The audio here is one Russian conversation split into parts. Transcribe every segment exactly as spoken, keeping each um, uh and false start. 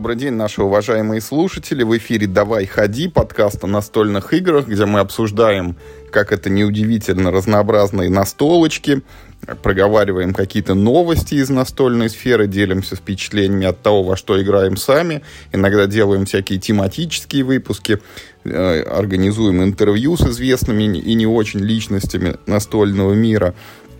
Добрый день, наши уважаемые слушатели. В эфире «Давай, ходи», подкаст о настольных играх, где мы обсуждаем, как это неудивительно, разнообразные настолочки, проговариваем какие-то новости из настольной сферы, делимся впечатлениями от того, во что играем сами, иногда делаем всякие тематические выпуски, организуем интервью с известными и не очень личностями настольного мира.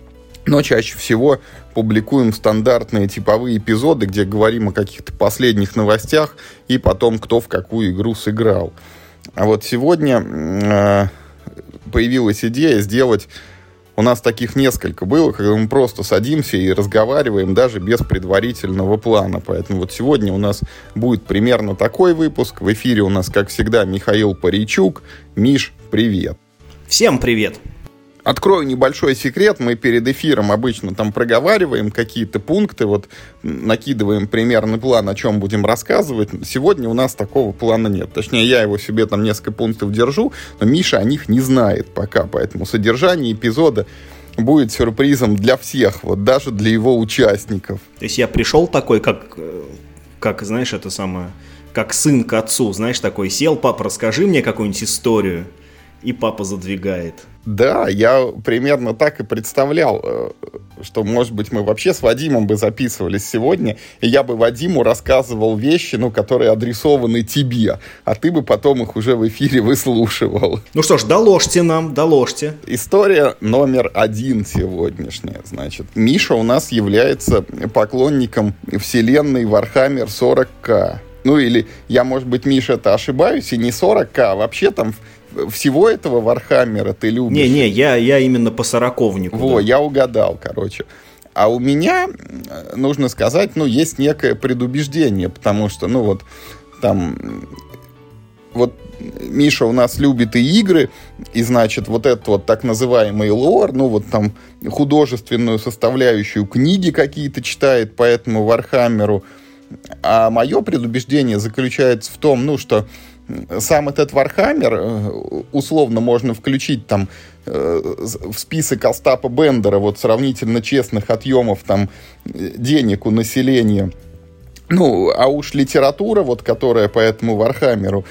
Но чаще всего публикуем стандартные типовые эпизоды, где говорим о каких-то последних новостях и потом, кто в какую игру сыграл. А вот сегодня э, появилась идея сделать... У нас таких несколько было, когда мы просто садимся и разговариваем даже без предварительного плана. Поэтому вот сегодня у нас будет примерно такой выпуск. В эфире у нас, как всегда, Михаил Паричук. Миш, привет. Всем привет. Открою небольшой секрет, мы перед эфиром обычно там проговариваем какие-то пункты, вот накидываем примерный план, о чем будем рассказывать. Сегодня у нас такого плана нет. Точнее, я его себе там несколько пунктов держу, но Миша о них не знает пока, поэтому содержание эпизода будет сюрпризом для всех, вот даже для его участников. То есть я пришел такой, как, как знаешь, это самое, как сын к отцу, знаешь, такой, сел, папа, расскажи мне какую-нибудь историю, и папа задвигает. Да, я примерно так и представлял, что, может быть, мы вообще с Вадимом бы записывались сегодня, и я бы Вадиму рассказывал вещи, ну, которые адресованы тебе, а ты бы потом их уже в эфире выслушивал. Ну что ж, доложьте нам, доложьте. История номер один сегодняшняя, значит. Миша у нас является поклонником вселенной Warhammer сорок ка. Ну, или я, может быть, Миша-то ошибаюсь, и не сорок ка, а вообще там... Всего этого Вархаммера ты любишь? Не-не, я, я именно по сороковнику. Во, да. Я угадал, короче. А у меня, нужно сказать, ну, есть некое предубеждение, потому что, ну, вот, там, вот Миша у нас любит и игры, и, значит, вот этот вот так называемый лор, ну, вот там художественную составляющую, книги какие-то читает по этому Вархаммеру. А мое предубеждение заключается в том, ну, что сам этот Warhammer условно можно включить там в список Остапа Бендера вот сравнительно честных отъемов там денег у населения. Ну, а уж литература, вот, которая по этому Вархаммеру,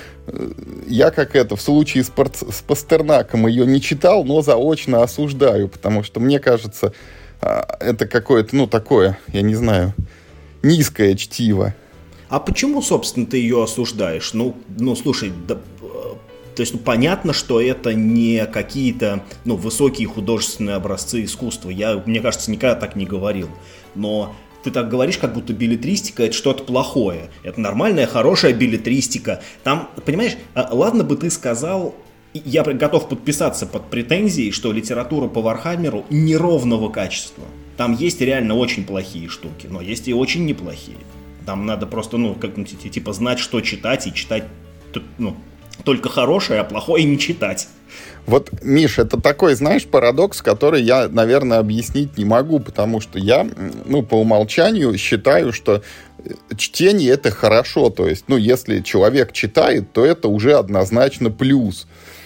я как это, в случае с, Пар- с Пастернаком ее не читал, но заочно осуждаю, потому что мне кажется, это какое-то, ну, такое, я не знаю, низкое чтиво. А почему, собственно, ты ее осуждаешь? Ну, ну слушай, да, то есть ну, понятно, что это не какие-то ну, высокие художественные образцы искусства. Я, мне кажется, никогда так не говорил. Но ты так говоришь, как будто беллетристика — это что-то плохое. Это нормальная, хорошая беллетристика. Там, понимаешь, ладно бы ты сказал... Я готов подписаться под претензией, что литература по Вархаммеру неровного качества. Там есть реально очень плохие штуки, но есть и очень неплохие. Там надо просто, ну, как типа знать, что читать, и читать, ну, только хорошее, а плохое не читать. Вот, Миш, это такой, знаешь, парадокс, который я, наверное, объяснить не могу, потому что я, ну, по умолчанию считаю, что чтение — это хорошо. То есть, ну, если человек читает, то это уже однозначно плюс.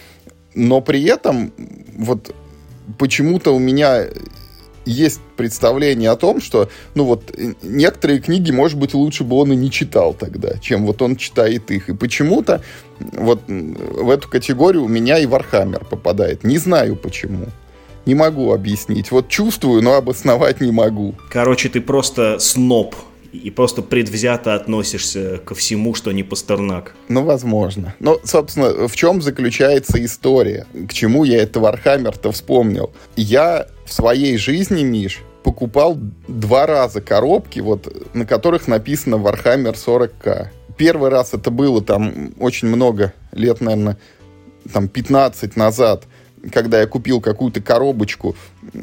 Но при этом, вот, почему-то у меня... есть представление о том, что, ну вот, некоторые книги, может быть, лучше бы он и не читал тогда, чем вот он читает их. И почему-то вот в эту категорию у меня и Вархаммер попадает. Не знаю почему. Не могу объяснить. Вот чувствую, но обосновать не могу. Короче, ты просто сноб. И просто предвзято относишься ко всему, что не Пастернак. Ну, возможно. Но, собственно, в чем заключается история? К чему я это Вархаммер-то вспомнил? Я в своей жизни, Миш, покупал два раза коробки, вот, на которых написано Warhammer сорок ка. Первый раз это было там очень много лет, наверное, там пятнадцать назад, когда я купил какую-то коробочку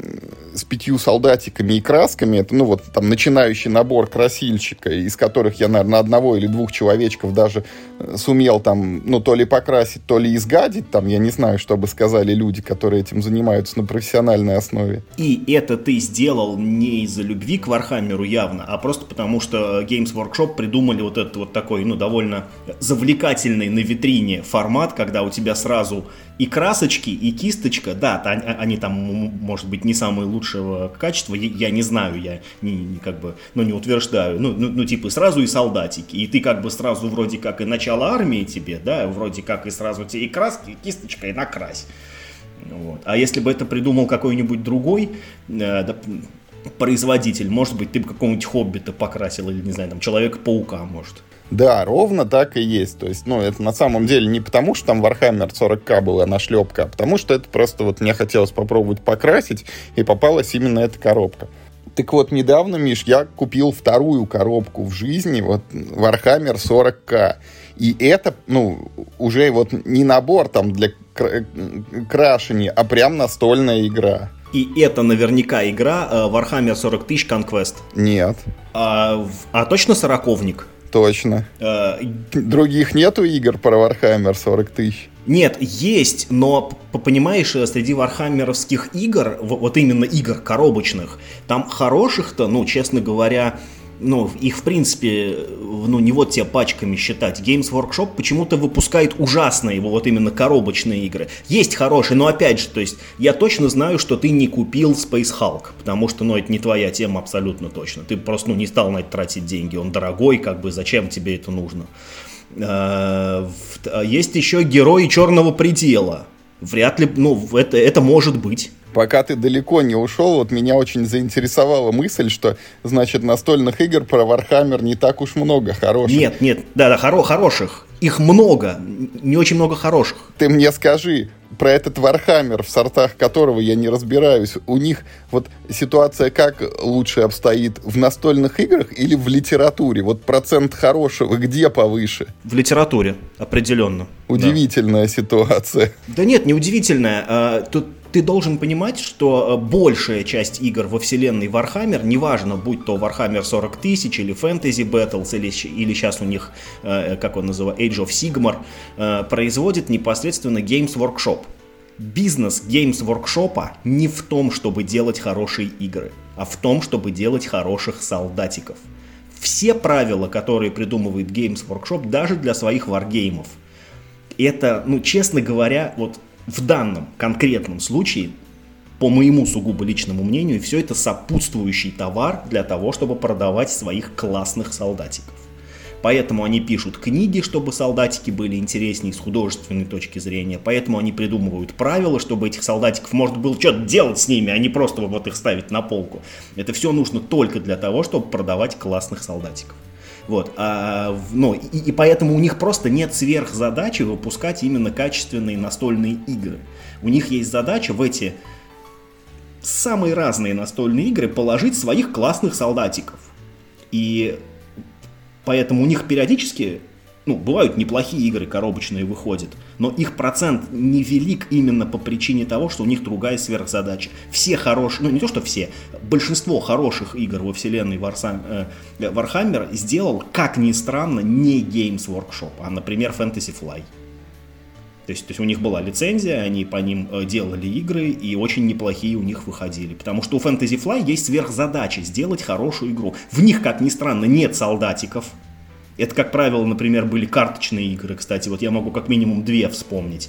с пятью солдатиками и красками, это, ну, вот, там, начинающий набор красильщика, из которых я, наверное, одного или двух человечков даже сумел, там, ну, то ли покрасить, то ли изгадить, там, я не знаю, что бы сказали люди, которые этим занимаются на профессиональной основе. И это ты сделал не из-за любви к Вархаммеру явно, а просто потому, что Games Workshop придумали вот этот вот такой, ну, довольно завлекательный на витрине формат, когда у тебя сразу и красочки, и кисточка, да, они там, может быть, не самые лучшего качества, я не знаю, я не, не как бы, ну, не утверждаю, ну, ну, ну, типа, сразу и солдатики, и ты как бы сразу вроде как и начало армии тебе, да, вроде как и сразу тебе и краски, и кисточка, и накрась. Вот. А если бы это придумал какой-нибудь другой э, да, производитель, может быть, ты бы какого-нибудь Хоббита покрасил, или, не знаю, там, Человека-паука, может. Да, ровно так и есть. То есть, ну, это на самом деле не потому, что там Warhammer сорок ка была нашлепка, а потому что это просто вот мне хотелось попробовать покрасить, и попалась именно эта коробка. Так вот, недавно, Миш, я купил вторую коробку в жизни, вот, Warhammer сорок ка. И это, ну, уже вот не набор там для кра- крашения, а прям настольная игра. И это наверняка игра Warhammer сорок тысяч Conquest. Нет. А, а точно сороковник? Точно. А... Других нету игр про Warhammer сорок тысяч? Нет, есть, но, понимаешь, среди вархаммеровских игр, вот именно игр коробочных, там хороших-то, ну, честно говоря, ну, их, в принципе, ну, не вот те пачками считать. Games Workshop почему-то выпускает ужасные, вот именно коробочные игры. Есть хорошие, но опять же, то есть, я точно знаю, что ты не купил Space Hulk, потому что, ну, это не твоя тема абсолютно точно. Ты просто, ну, не стал на это тратить деньги, он дорогой, как бы, зачем тебе это нужно? Есть еще Герои Черного Предела. Вряд ли, ну, это, это может быть. Пока ты далеко не ушел, вот меня очень заинтересовала мысль, что, значит, настольных игр про Warhammer не так уж много хороших. Нет, нет, да-да, хоро- хороших. Их много, не очень много хороших. Ты мне скажи, про этот Warhammer, в сортах которого я не разбираюсь, у них вот ситуация как лучше обстоит, в настольных играх или в литературе? Вот процент хорошего где повыше? В литературе, определенно. Удивительная да. ситуация. Да нет, не удивительная. Тут ты должен понимать, что большая часть игр во вселенной Warhammer, неважно, будь то Warhammer сорок тысяч или Fantasy Battles, или, или сейчас у них, как он называется, Age of Sigmar, производит непосредственно Games Workshop. Бизнес Games Workshop не в том, чтобы делать хорошие игры, а в том, чтобы делать хороших солдатиков. Все правила, которые придумывает Games Workshop, даже для своих варгеймов, это, ну, честно говоря, вот в данном конкретном случае, по моему сугубо личному мнению, все это сопутствующий товар для того, чтобы продавать своих классных солдатиков. Поэтому они пишут книги, чтобы солдатики были интереснее с художественной точки зрения. Поэтому они придумывают правила, чтобы этих солдатиков можно было что-то делать с ними, а не просто вот их ставить на полку. Это все нужно только для того, чтобы продавать классных солдатиков. Вот, а, ну, и, и поэтому у них просто нет сверхзадачи выпускать именно качественные настольные игры. У них есть задача в эти самые разные настольные игры положить своих классных солдатиков. И поэтому у них периодически, ну, бывают неплохие игры, коробочные выходят, но их процент невелик именно по причине того, что у них другая сверхзадача. Все хорошие, ну не то что все, большинство хороших игр во вселенной Warhammer, э, Warhammer сделал, как ни странно, не Games Workshop, а, например, Fantasy Flight. То есть, то есть у них была лицензия, они по ним э, делали игры, и очень неплохие у них выходили. Потому что у Fantasy Flight есть сверхзадача сделать хорошую игру. В них, как ни странно, нет солдатиков. Это, как правило, например, были карточные игры, кстати, вот я могу как минимум две вспомнить.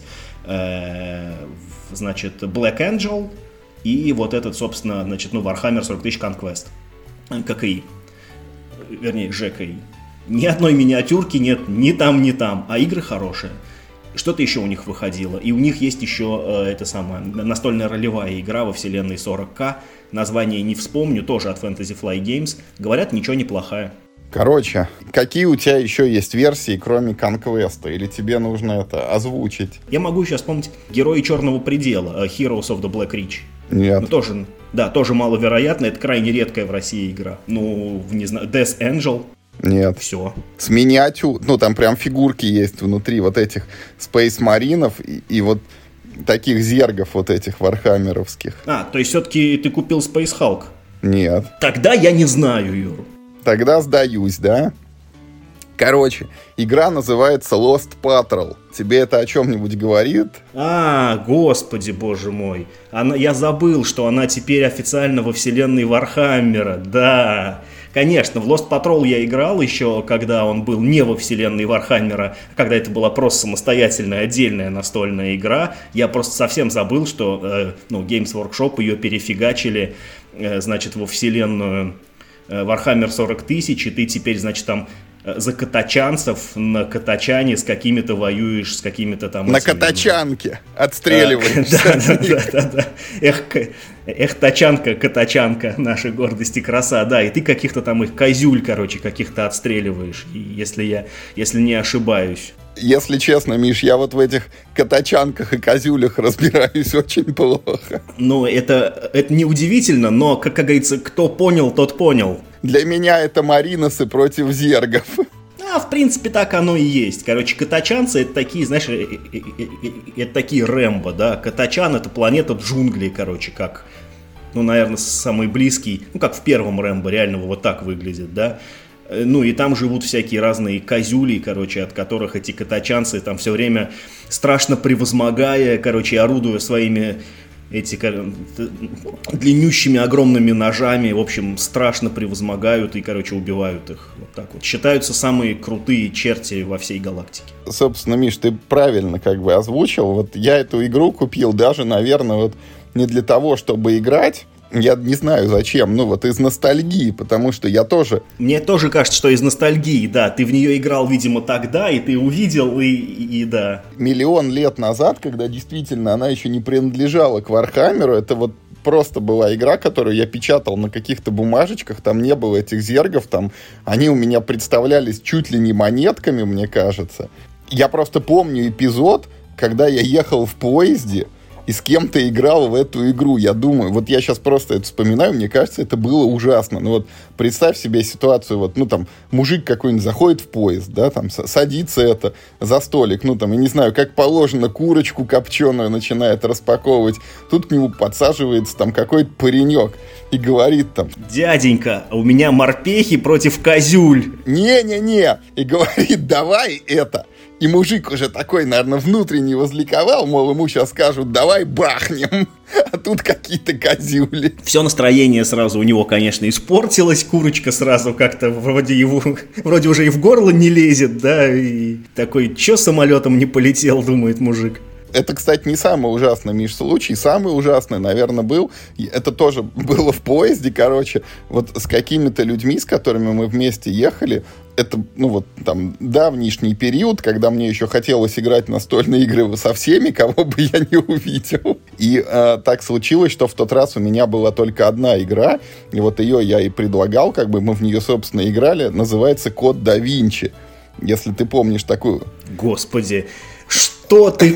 Значит, Black Angel и вот этот, собственно, значит, ну, Warhammer сорок тысяч Conquest. ККИ. Вернее, ЖКИ. Ни одной миниатюрки нет ни там, ни там, а игры хорошие. Что-то еще у них выходило. И у них есть еще э, это самое, настольная ролевая игра во вселенной сорок ка. Название не вспомню, тоже от Fantasy Flight Games. Говорят, ничего неплохая. Короче, какие у тебя еще есть версии, кроме Conquest? Или тебе нужно это озвучить? Я могу сейчас вспомнить Герои Черного Предела, Heroes of the Black Reach. Нет. Ну, тоже, да, тоже маловероятно, это крайне редкая в России игра. Ну, не знаю, Death Angel. Нет. Все. С миниатюр, ну там прям фигурки есть внутри вот этих Space Маринов и, и вот таких зергов вот этих вархаммеровских. А, то есть все-таки ты купил Space Hulk? Нет. Тогда я не знаю, Юр. Тогда сдаюсь, да? Короче, игра называется Lost Patrol. Тебе это о чем-нибудь говорит? А, господи, боже мой. Она, я забыл, что она теперь официально во вселенной Вархаммера. Да. Конечно, в Lost Patrol я играл еще, когда он был не во вселенной Вархаммера, когда это была просто самостоятельная, отдельная настольная игра. Я просто совсем забыл, что э, ну, Games Workshop ее перефигачили, э, значит, во вселенную э, Warhammer сорок тысяч, и ты теперь, значит, там за катачанцев на катачане с какими-то воюешь, с какими-то там... На этими, катачанке отстреливаешься. Да, да, да, да. Эх, эх, тачанка, катачанка, наша гордость и краса, да, и ты каких-то там их козюль, короче, каких-то отстреливаешь, если я, если не ошибаюсь. Если честно, Миш, я вот в этих катачанках и козюлях разбираюсь очень плохо. Ну, это, это неудивительно, но, как, как говорится, кто понял, тот понял. Для меня это мариносы против зергов. А, в принципе, так оно и есть. Короче, катачанцы — это такие, знаешь, это такие Рэмбо, да. Катачан — это планета джунглей, короче, как, ну, наверное, самый близкий, ну, как в первом Рэмбо, реально вот так выглядит, да. Ну, и там живут всякие разные козюли, короче, от которых эти катачанцы там все время страшно превозмогая, короче, орудуя своими эти длиннющими огромными ножами, в общем, страшно превозмогают и, короче, убивают их. Вот так вот. Считаются самые крутые черти во всей галактике. Собственно, Миш, ты правильно как бы озвучил. Вот я эту игру купил даже, наверное, вот не для того, чтобы играть. Я не знаю зачем, ну вот из ностальгии, потому что я тоже... Мне тоже кажется, что из ностальгии, да. Ты в нее играл, видимо, тогда, и ты увидел, и, и, и да. Миллион лет назад, когда действительно она еще не принадлежала к Вархаммеру, это вот просто была игра, которую я печатал на каких-то бумажечках, там не было этих зергов, там они у меня представлялись чуть ли не монетками, мне кажется. Я просто помню эпизод, когда я ехал в поезде, и с кем-то играл в эту игру. Я думаю, вот я сейчас просто это вспоминаю, мне кажется, это было ужасно. Ну вот представь себе ситуацию, вот, ну там, мужик какой-нибудь заходит в поезд, да, там, садится это за столик, ну там, я не знаю, как положено, курочку копченую начинает распаковывать. Тут к нему подсаживается там какой-то паренек и говорит там: дяденька, у меня морпехи против козюль. Не-не-не. И говорит: давай это. И мужик уже такой, наверное, внутренне возликовал, мол, ему сейчас скажут: давай бахнем, а тут какие-то козюли. Все настроение сразу у него, конечно, испортилось, курочка сразу как-то вроде его, вроде уже и в горло не лезет, да, и такой: чё самолетом не полетел, думает мужик. Это, кстати, не самый ужасный, Миш, случай. Самый ужасный, наверное, был... Это тоже было в поезде, короче. Вот с какими-то людьми, с которыми мы вместе ехали. Это, ну вот, там, давнишний период, когда мне еще хотелось играть в настольные игры со всеми, кого бы я не увидел. И э, так случилось, что в тот раз у меня была только одна игра. И вот ее я и предлагал, как бы мы в нее, собственно, играли. Называется «Код да Винчи». Если ты помнишь такую... Господи... Что ты...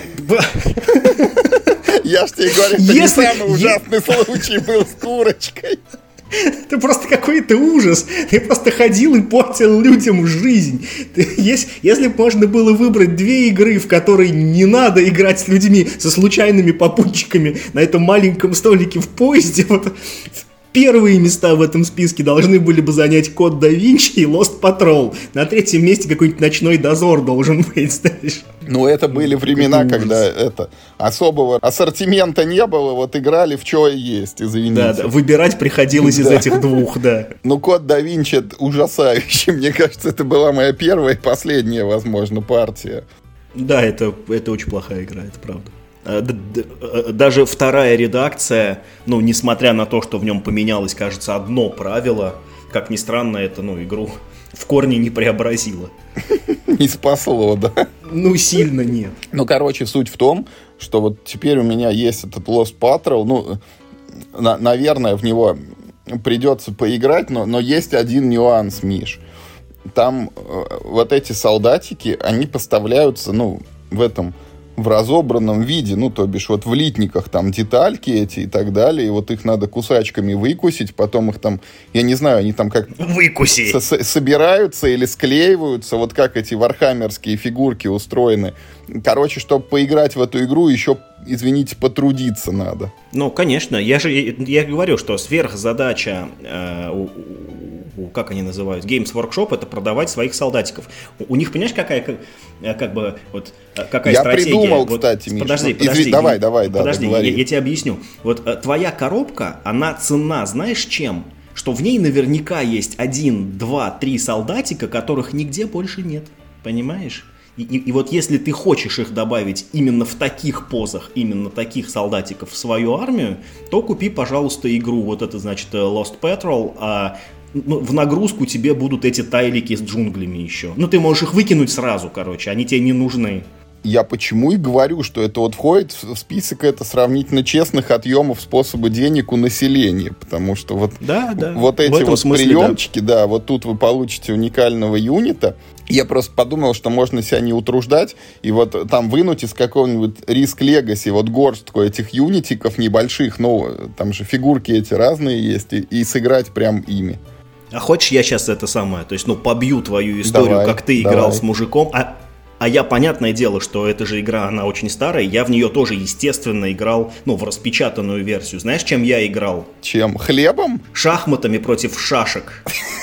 Я ж тебе говорю, это не самый ужасный случай был с курочкой. Это просто какой-то ужас. Ты просто ходил и портил людям жизнь. Ты, если, если бы можно было выбрать две игры, в которые не надо играть с людьми, со случайными попутчиками на этом маленьком столике в поезде, вот, первые места в этом списке должны были бы занять Код да Винчи и Lost Patrol. На третьем месте какой-нибудь Ночной дозор должен быть, знаешь. Ну, это были времена, это когда это особого ассортимента не было, вот играли в что есть, извините. Да, да, выбирать приходилось из этих двух, да. Ну, Код да Винчи ужасающий. Мне кажется, это была моя первая и последняя, возможно, партия. Да, это, это очень плохая игра, это правда. Даже вторая редакция, ну, несмотря на то, что в нем поменялось, кажется, одно правило, как ни странно, это, ну, игру в корне не преобразило. Не спасло, да? Ну, сильно нет. Ну, короче, суть в том, что вот теперь у меня есть этот Lost Patrol, ну, на, наверное, в него придется поиграть, но, но есть один нюанс, Миш. Там э, вот эти солдатики, они поставляются, ну, в этом... в разобранном виде, ну, то бишь, вот в литниках там детальки эти и так далее, и вот их надо кусачками выкусить, потом их там, я не знаю, они там как... Выкуси! С- собираются или склеиваются, вот как эти вархаммерские фигурки устроены. Короче, чтобы поиграть в эту игру, еще, извините, потрудиться надо. Ну, конечно, я же, я говорю, что сверхзадача, э, у, у, как они называют, Games Workshop, это продавать своих солдатиков. У, у них, понимаешь, какая, как, как бы, вот, какая я стратегия? Я придумал, вот, кстати, Миш. Подожди, вот, подожди. Изв... Давай, я, давай, да, Подожди, я, я тебе объясню. Вот твоя коробка, она ценна, знаешь, чем? что в ней наверняка есть один, два, три солдатика, которых нигде больше нет. Понимаешь? И, и, и вот если ты хочешь их добавить именно в таких позах, именно таких солдатиков в свою армию, то купи, пожалуйста, игру, вот это, значит, Lost Patrol, а ну, в нагрузку тебе будут эти тайлики с джунглями еще. Ну, ты можешь их выкинуть сразу, короче, они тебе не нужны. Я почему и говорю, что это вот входит в список это сравнительно честных отъемов способа денег у населения, потому что вот, да, да. вот эти вот смысле, приемчики, да. да, вот тут вы получите уникального юнита. Я просто подумал, что можно себя не утруждать и вот там вынуть из какого-нибудь Risk Legacy вот горстку этих юнитиков небольших, ну, там же фигурки эти разные есть, и, и сыграть прям ими. А хочешь, я сейчас это самое, то есть, ну, побью твою историю, давай, как ты играл давай. с мужиком, а... А я, понятное дело, что эта же игра, она очень старая, я в нее тоже, естественно, играл, ну, в распечатанную версию. Знаешь, чем я играл? Чем? Хлебом? Шахматами против шашек.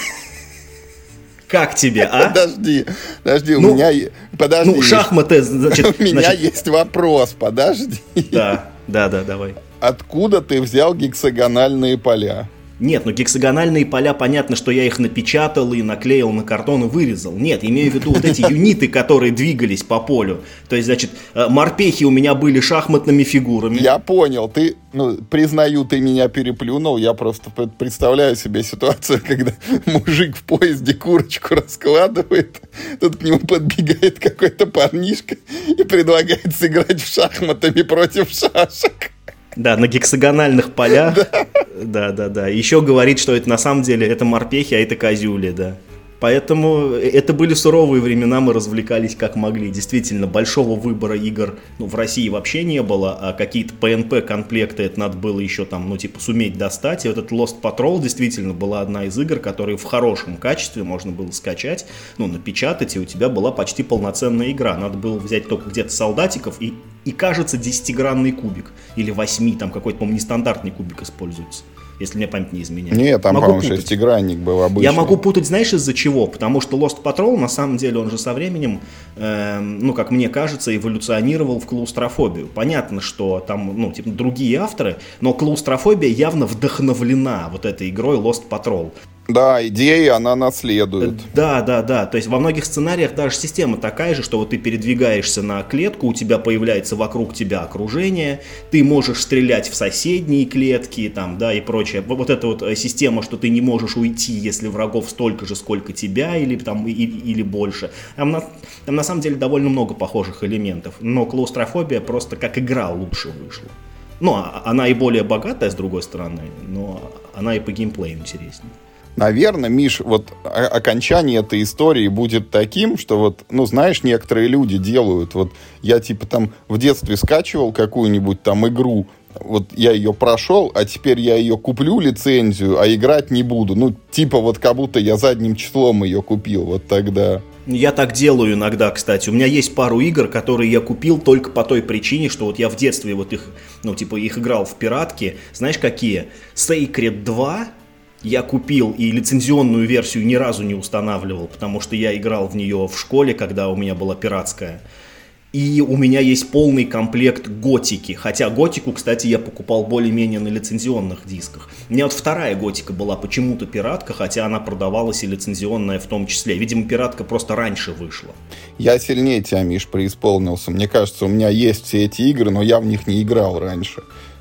Как тебе, а? Подожди, подожди, у ну, меня... Подожди. Ну, шахматы, значит... У меня значит... есть вопрос, подожди. Да, да, да, давай. Откуда ты взял гексагональные поля? Нет, ну гексагональные поля, понятно, что я их напечатал и наклеил на картон и вырезал. Нет, имею в виду вот эти юниты, которые двигались по полю. То есть, значит, морпехи у меня были шахматными фигурами. Я понял, ты, ну, признаю, ты меня переплюнул. Я просто представляю себе ситуацию, когда мужик в поезде курочку раскладывает, тут к нему подбегает какой-то парнишка и предлагает сыграть в шахматами против шашек. Да, на гексагональных полях. Да, да, да. Еще говорит, что это на самом деле это морпехи, а это козюли, да. Поэтому это были суровые времена, мы развлекались как могли. Действительно, большого выбора игр ну, в России вообще не было, а какие-то пэ эн пэ-комплекты это надо было еще там, ну, типа, суметь достать. И вот этот Lost Patrol действительно была одна из игр, которые в хорошем качестве можно было скачать, ну, напечатать, и у тебя была почти полноценная игра. Надо было взять только где-то солдатиков и, и кажется, десятигранный кубик. Или восьми, там какой-то, по-моему, нестандартный кубик используется. Если мне память не изменяет. Нет, там, могу по-моему, путать. Шестигранник был обычный. Я могу путать, знаешь, из-за чего? Потому что Lost Patrol, на самом деле, он же со временем, э, ну, как мне кажется, эволюционировал в клаустрофобию. Понятно, что там, ну, типа, другие авторы, но клаустрофобия явно вдохновлена вот этой игрой Lost Patrol. Да, идея, она наследует. Да, да, да. То есть во многих сценариях даже система такая же, что вот ты передвигаешься на клетку, у тебя появляется вокруг тебя окружение, ты можешь стрелять в соседние клетки, там, да, и прочее. Вот эта вот система, что ты не можешь уйти, если врагов столько же, сколько тебя, или, там, и, или больше. Там на, там на самом деле довольно много похожих элементов, но клаустрофобия просто как игра лучше вышла. Ну, она и более богатая, с другой стороны, но она и по геймплею интереснее. Наверное, Миш, вот окончание этой истории будет таким, что вот, ну, знаешь, некоторые люди делают, вот я типа там в детстве скачивал какую-нибудь там игру, вот я ее прошел, а теперь я ее куплю, лицензию, а играть не буду. Ну, типа вот как будто я задним числом ее купил, вот тогда. Я так делаю иногда, кстати. У меня есть пару игр, которые я купил только по той причине, что вот я в детстве вот их, ну, типа их играл в пиратке. Знаешь, какие? Sacred два я купил и лицензионную версию ни разу не устанавливал, потому что я играл в нее в школе, когда у меня была пиратская. И у меня есть полный комплект готики. Хотя готику, кстати, я покупал более-менее на лицензионных дисках. У меня вот вторая готика была почему-то пиратка, хотя она продавалась и лицензионная в том числе. Видимо, пиратка просто раньше вышла. Я сильнее тебя, Миш, преисполнился. Мне кажется, у меня есть все эти игры, но я в них не играл раньше.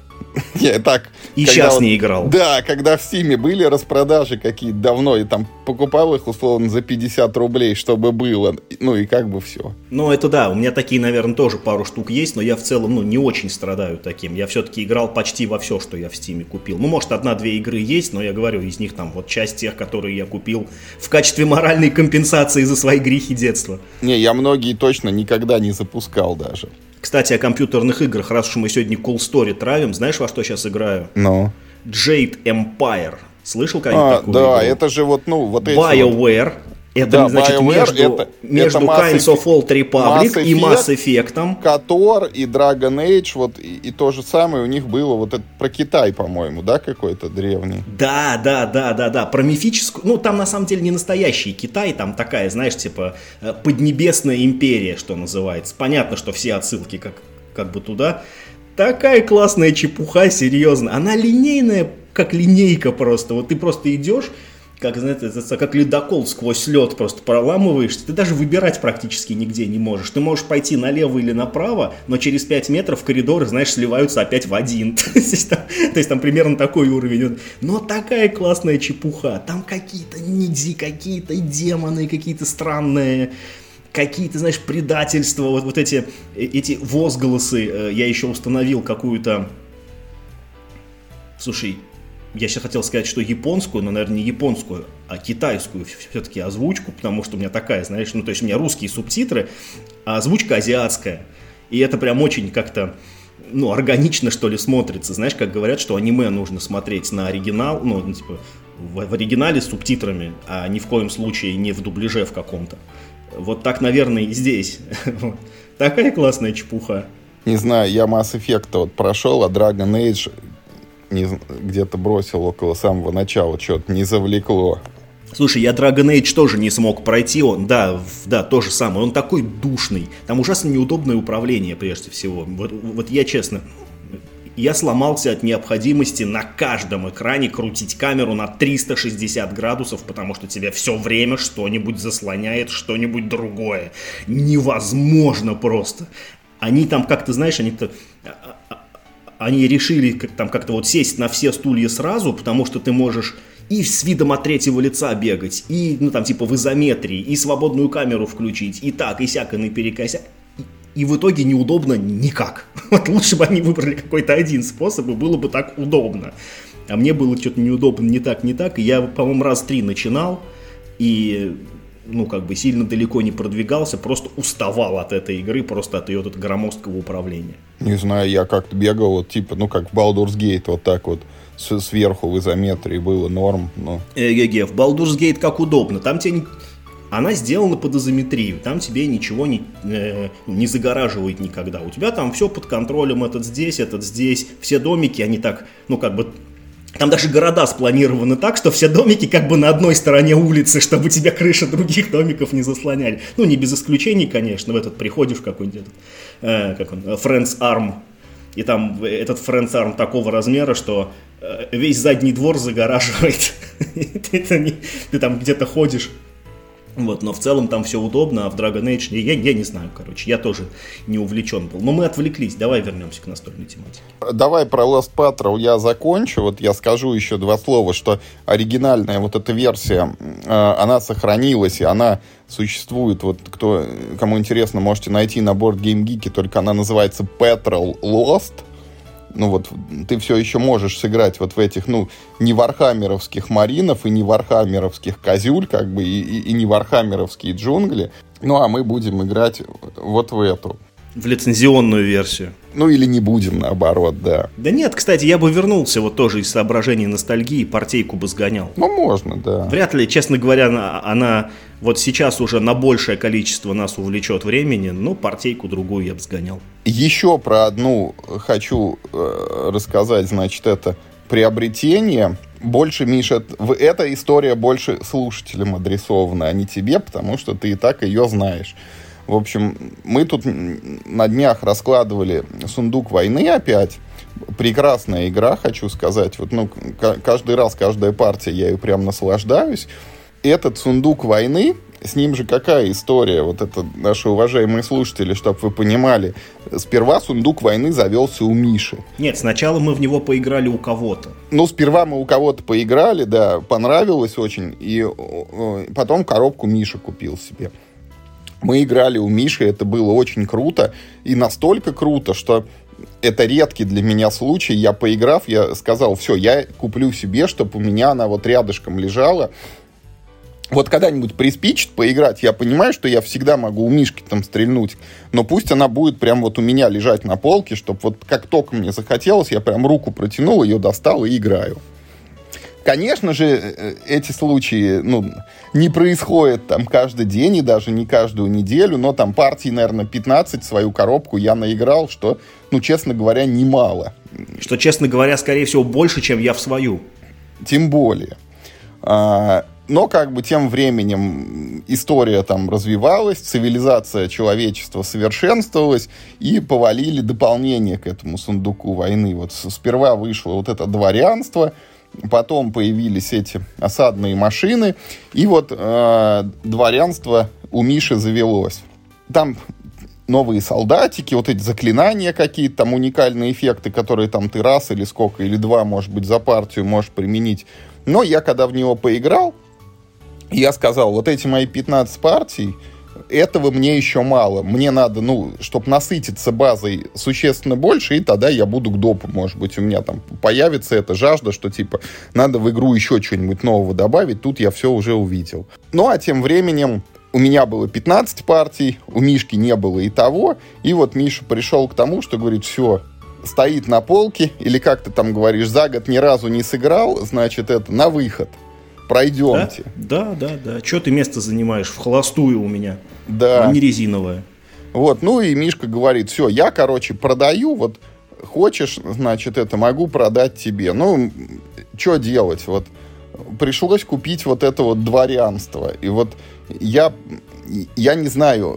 Я так, и сейчас вот, не играл. Да, когда в Стиме были распродажи какие-то давно, и там покупал их условно за пятьдесят рублей, чтобы было, ну и как бы все. Ну это да, у меня такие, наверное, тоже пару штук есть, но я в целом, ну, не очень страдаю таким. Я все-таки играл почти во все, что я в Стиме купил. Ну, может, одна-две игры есть, но я говорю, из них там вот часть тех, которые я купил в качестве моральной компенсации за свои грехи детства. Не, я многие точно никогда не запускал даже. Кстати, о компьютерных играх, раз уж мы сегодня Cool Story травим, знаешь, во что сейчас играю? Ну? Jade Empire. Слышал когда-нибудь а, такую да, игру? это же вот, ну, вот эти BioWare. Вот... Это, да, значит, BioWare между, это, между это Kinds of Old Republic Mass и Mass Effect. Котор и Dragon Age, вот, и, и то же самое у них было, вот это про Китай, по-моему, да, какой-то древний? Да, да, да, да, да, про мифическую, ну, там на самом деле не настоящий Китай, там такая, знаешь, типа, поднебесная империя, что называется. Понятно, что все отсылки как, как бы туда. Такая классная чепуха, серьезно. Она линейная как линейка просто. Вот ты просто идешь, как, знаете, как ледокол сквозь лед просто проламываешься. Ты даже выбирать практически нигде не можешь. Ты можешь пойти налево или направо, но через пять метров коридоры, знаешь, сливаются опять в один. То есть там, то есть там примерно такой уровень. Но такая классная чепуха. Там какие-то ниндзя, какие-то демоны, какие-то странные... Какие-то, знаешь, предательства, вот, вот эти, эти возгласы. Я еще установил какую-то... Слушай, я сейчас хотел сказать, что японскую, но, наверное, не японскую, а китайскую все-таки озвучку, потому что у меня такая, знаешь, ну, то есть у меня русские субтитры, а озвучка азиатская. И это прям очень как-то, ну, органично, что ли, смотрится. Знаешь, как говорят, что аниме нужно смотреть на оригинал, ну, типа, в, в оригинале с субтитрами, а ни в коем случае не в дубляже в каком-то. Вот так, наверное, и здесь. Такая классная чепуха. Не знаю, я Mass Effect вот прошел, а Dragon Age не, где-то бросил около самого начала, что-то не завлекло. Слушай, я Dragon Age тоже не смог пройти, он, да, да, то же самое, он такой душный, там ужасно неудобное управление прежде всего. Вот, вот я честно... Я сломался от необходимости на каждом экране крутить камеру на триста шестьдесят градусов, потому что тебя все время что-нибудь заслоняет, что-нибудь другое. Невозможно просто. Они там как-то, знаешь, они, они решили как, там, как-то вот сесть на все стулья сразу, потому что ты можешь и с видом от третьего лица бегать, и, ну, там, типа в изометрии, и свободную камеру включить, и так, и сяк, и наперекосяк. И в итоге неудобно никак. Вот лучше бы они выбрали какой-то один способ, и было бы так удобно. А мне было что-то неудобно не так, не так. И я, по-моему, раз три начинал, и, ну, как бы сильно далеко не продвигался, просто уставал от этой игры, просто от ее вот этого громоздкого управления. Не знаю, я как-то бегал, вот, типа, ну, как в Baldur's Gate, вот так вот, с- сверху в изометрии было норм. Но... Эге-ге, в Baldur's Gate как удобно. Там тебе не... Она сделана под изометрию, там тебе ничего не, э, не загораживает никогда. У тебя там все под контролем, этот здесь, этот здесь. Все домики, они так, ну как бы... Там даже города спланированы так, что все домики как бы на одной стороне улицы, чтобы тебе крыши других домиков не заслоняли. Ну, не без исключений, конечно. В этот приходишь в какой-нибудь, э, как он, Friends Arm, и там этот Friends Arm такого размера, что э, весь задний двор загораживает. Ты там где-то ходишь. Вот, но в целом там все удобно, а в Dragon Age я, я не знаю, короче, я тоже не увлечен был. Но мы отвлеклись, давай вернемся к настольной тематике. Давай про Lost Patrol я закончу. Вот я скажу еще два слова, что оригинальная вот эта версия, она сохранилась, и она существует. Вот кто, кому интересно, можете найти на Board Game Geek, только она называется Patrol Lost. Ну вот, ты все еще можешь сыграть вот в этих, ну, не вархаммеровских маринов и не вархаммеровских козюль, как бы, и, и, и не вархаммеровские джунгли. Ну, а мы будем играть вот в эту. В лицензионную версию. Ну, или не будем, наоборот, да. Да нет, кстати, я бы вернулся вот тоже из соображений ностальгии, партейку бы сгонял. Ну, можно, да. Вряд ли, честно говоря, она, она вот сейчас уже на большее количество нас увлечет времени, но партейку другую я бы сгонял. Еще про одну хочу э, рассказать, значит, это приобретение. Больше, Миша, эта история больше слушателям адресована, а не тебе, потому что ты и так ее знаешь. В общем, мы тут на днях раскладывали «Сундук войны» опять. Прекрасная игра, хочу сказать. Вот, ну, к- каждый раз, каждая партия, я ее прям наслаждаюсь. Этот «Сундук войны», с ним же какая история? Вот это наши уважаемые слушатели, чтобы вы понимали. Сперва «Сундук войны» завелся у Миши. Нет, сначала мы в него поиграли у кого-то. Ну, сперва мы у кого-то поиграли, да, понравилось очень. И потом коробку Миша купил себе. Мы играли у Миши, это было очень круто. И настолько круто, что это редкий для меня случай. Я, поиграв, я сказал, все, я куплю себе, чтобы у меня она вот рядышком лежала. Вот когда-нибудь приспичит поиграть, я понимаю, что я всегда могу у Мишки там стрельнуть, но пусть она будет прям вот у меня лежать на полке, чтобы вот как только мне захотелось, я прям руку протянул, ее достал и играю. Конечно же, эти случаи, ну, не происходят там каждый день и даже не каждую неделю, но там партий, наверное, пятнадцать свою коробку я наиграл, что, ну, честно говоря, немало. Что, честно говоря, скорее всего, больше, чем я в свою. Тем более. А, но, как бы, тем временем история там развивалась, цивилизация человечества совершенствовалась, и повалили дополнение к этому сундуку войны. Вот сперва вышло вот это дворянство, потом появились эти осадные машины, и вот э, дворянство у Миши завелось. Там новые солдатики, вот эти заклинания какие-то, там уникальные эффекты, которые там ты раз или сколько, или два, может быть, за партию можешь применить. Но я, когда в него поиграл, я сказал, вот эти мои пятнадцать партий, этого мне еще мало. Мне надо, ну, чтобы насытиться базой существенно больше, и тогда я буду к допу, может быть, у меня там появится эта жажда, что, типа, надо в игру еще что-нибудь нового добавить. Тут я все уже увидел. Ну, а тем временем у меня было пятнадцать партий, у Мишки не было и того, и вот Миша пришел к тому, что говорит, все, стоит на полке, или как ты там говоришь, за год ни разу не сыграл, значит, это на выход. Пройдемте. Да, да, да. да. Че ты место занимаешь? В холостую у меня. Да. А не резиновое. Вот, ну и Мишка говорит, все, я, короче, продаю, вот, хочешь, значит, это могу продать тебе. Ну, что делать? Вот, пришлось купить вот это вот дворянство. И вот я, я не знаю,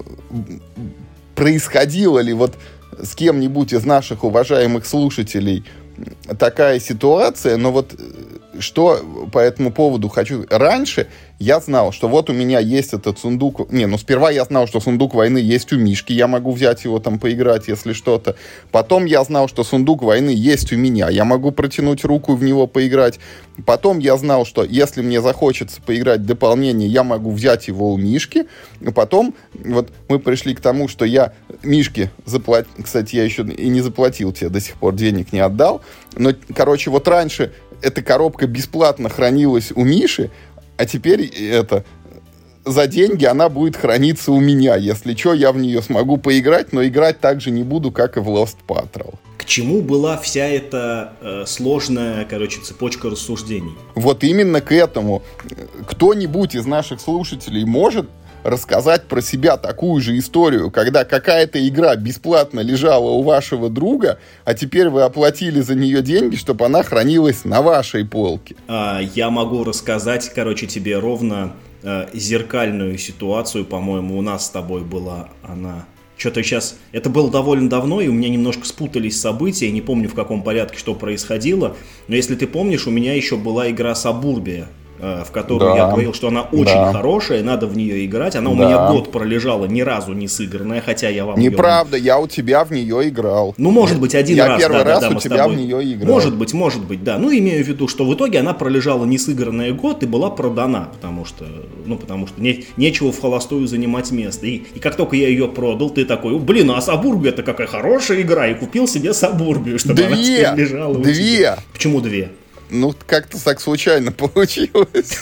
происходило ли вот с кем-нибудь из наших уважаемых слушателей такая ситуация, но вот что по этому поводу хочу... Раньше я знал, что вот у меня есть этот сундук... Не, ну сперва я знал, что сундук войны есть у Мишки, я могу взять его там поиграть, если что-то. Потом я знал, что сундук войны есть у меня, я могу протянуть руку и в него поиграть. Потом я знал, что если мне захочется поиграть в дополнение, я могу взять его у Мишки. Потом вот мы пришли к тому, что я Мишке заплатил... Кстати, я еще и не заплатил тебе до сих пор, денег не отдал. Но, короче, вот раньше эта коробка бесплатно хранилась у Миши, а теперь это... за деньги она будет храниться у меня. Если что, я в нее смогу поиграть, но играть так же не буду, как и в Lost Patrol. К чему была вся эта э, сложная, короче, цепочка рассуждений? Вот именно к этому. Кто-нибудь из наших слушателей может рассказать про себя такую же историю, когда какая-то игра бесплатно лежала у вашего друга, а теперь вы оплатили за нее деньги, чтобы она хранилась на вашей полке? А, я могу рассказать, короче, тебе ровно э, зеркальную ситуацию, по-моему, у нас с тобой была она. Что-то сейчас... Это было довольно давно, и у меня немножко спутались события, не помню, в каком порядке что происходило, но если ты помнишь, у меня еще была игра «Сабурбия», в которую да. я говорил, что она очень да. хорошая, надо в нее играть. Она да. у меня год пролежала, ни разу не сыгранная, хотя я вам... Неправда, ее... я у тебя в нее играл. Ну, может быть, один я раз. Я первый да, раз да, у да, тебя тобой... в нее играл. Может быть, может быть, да. Ну, имею в виду, что в итоге она пролежала не сыгранная год и была продана, потому что, ну, потому что не, нечего в холостую занимать место. И, и как только я ее продал, ты такой, блин, а Сабурбия это какая хорошая игра, и купил себе Сабурбию, чтобы две, она теперь лежала у две. тебя. Почему две? Ну, как-то так случайно получилось.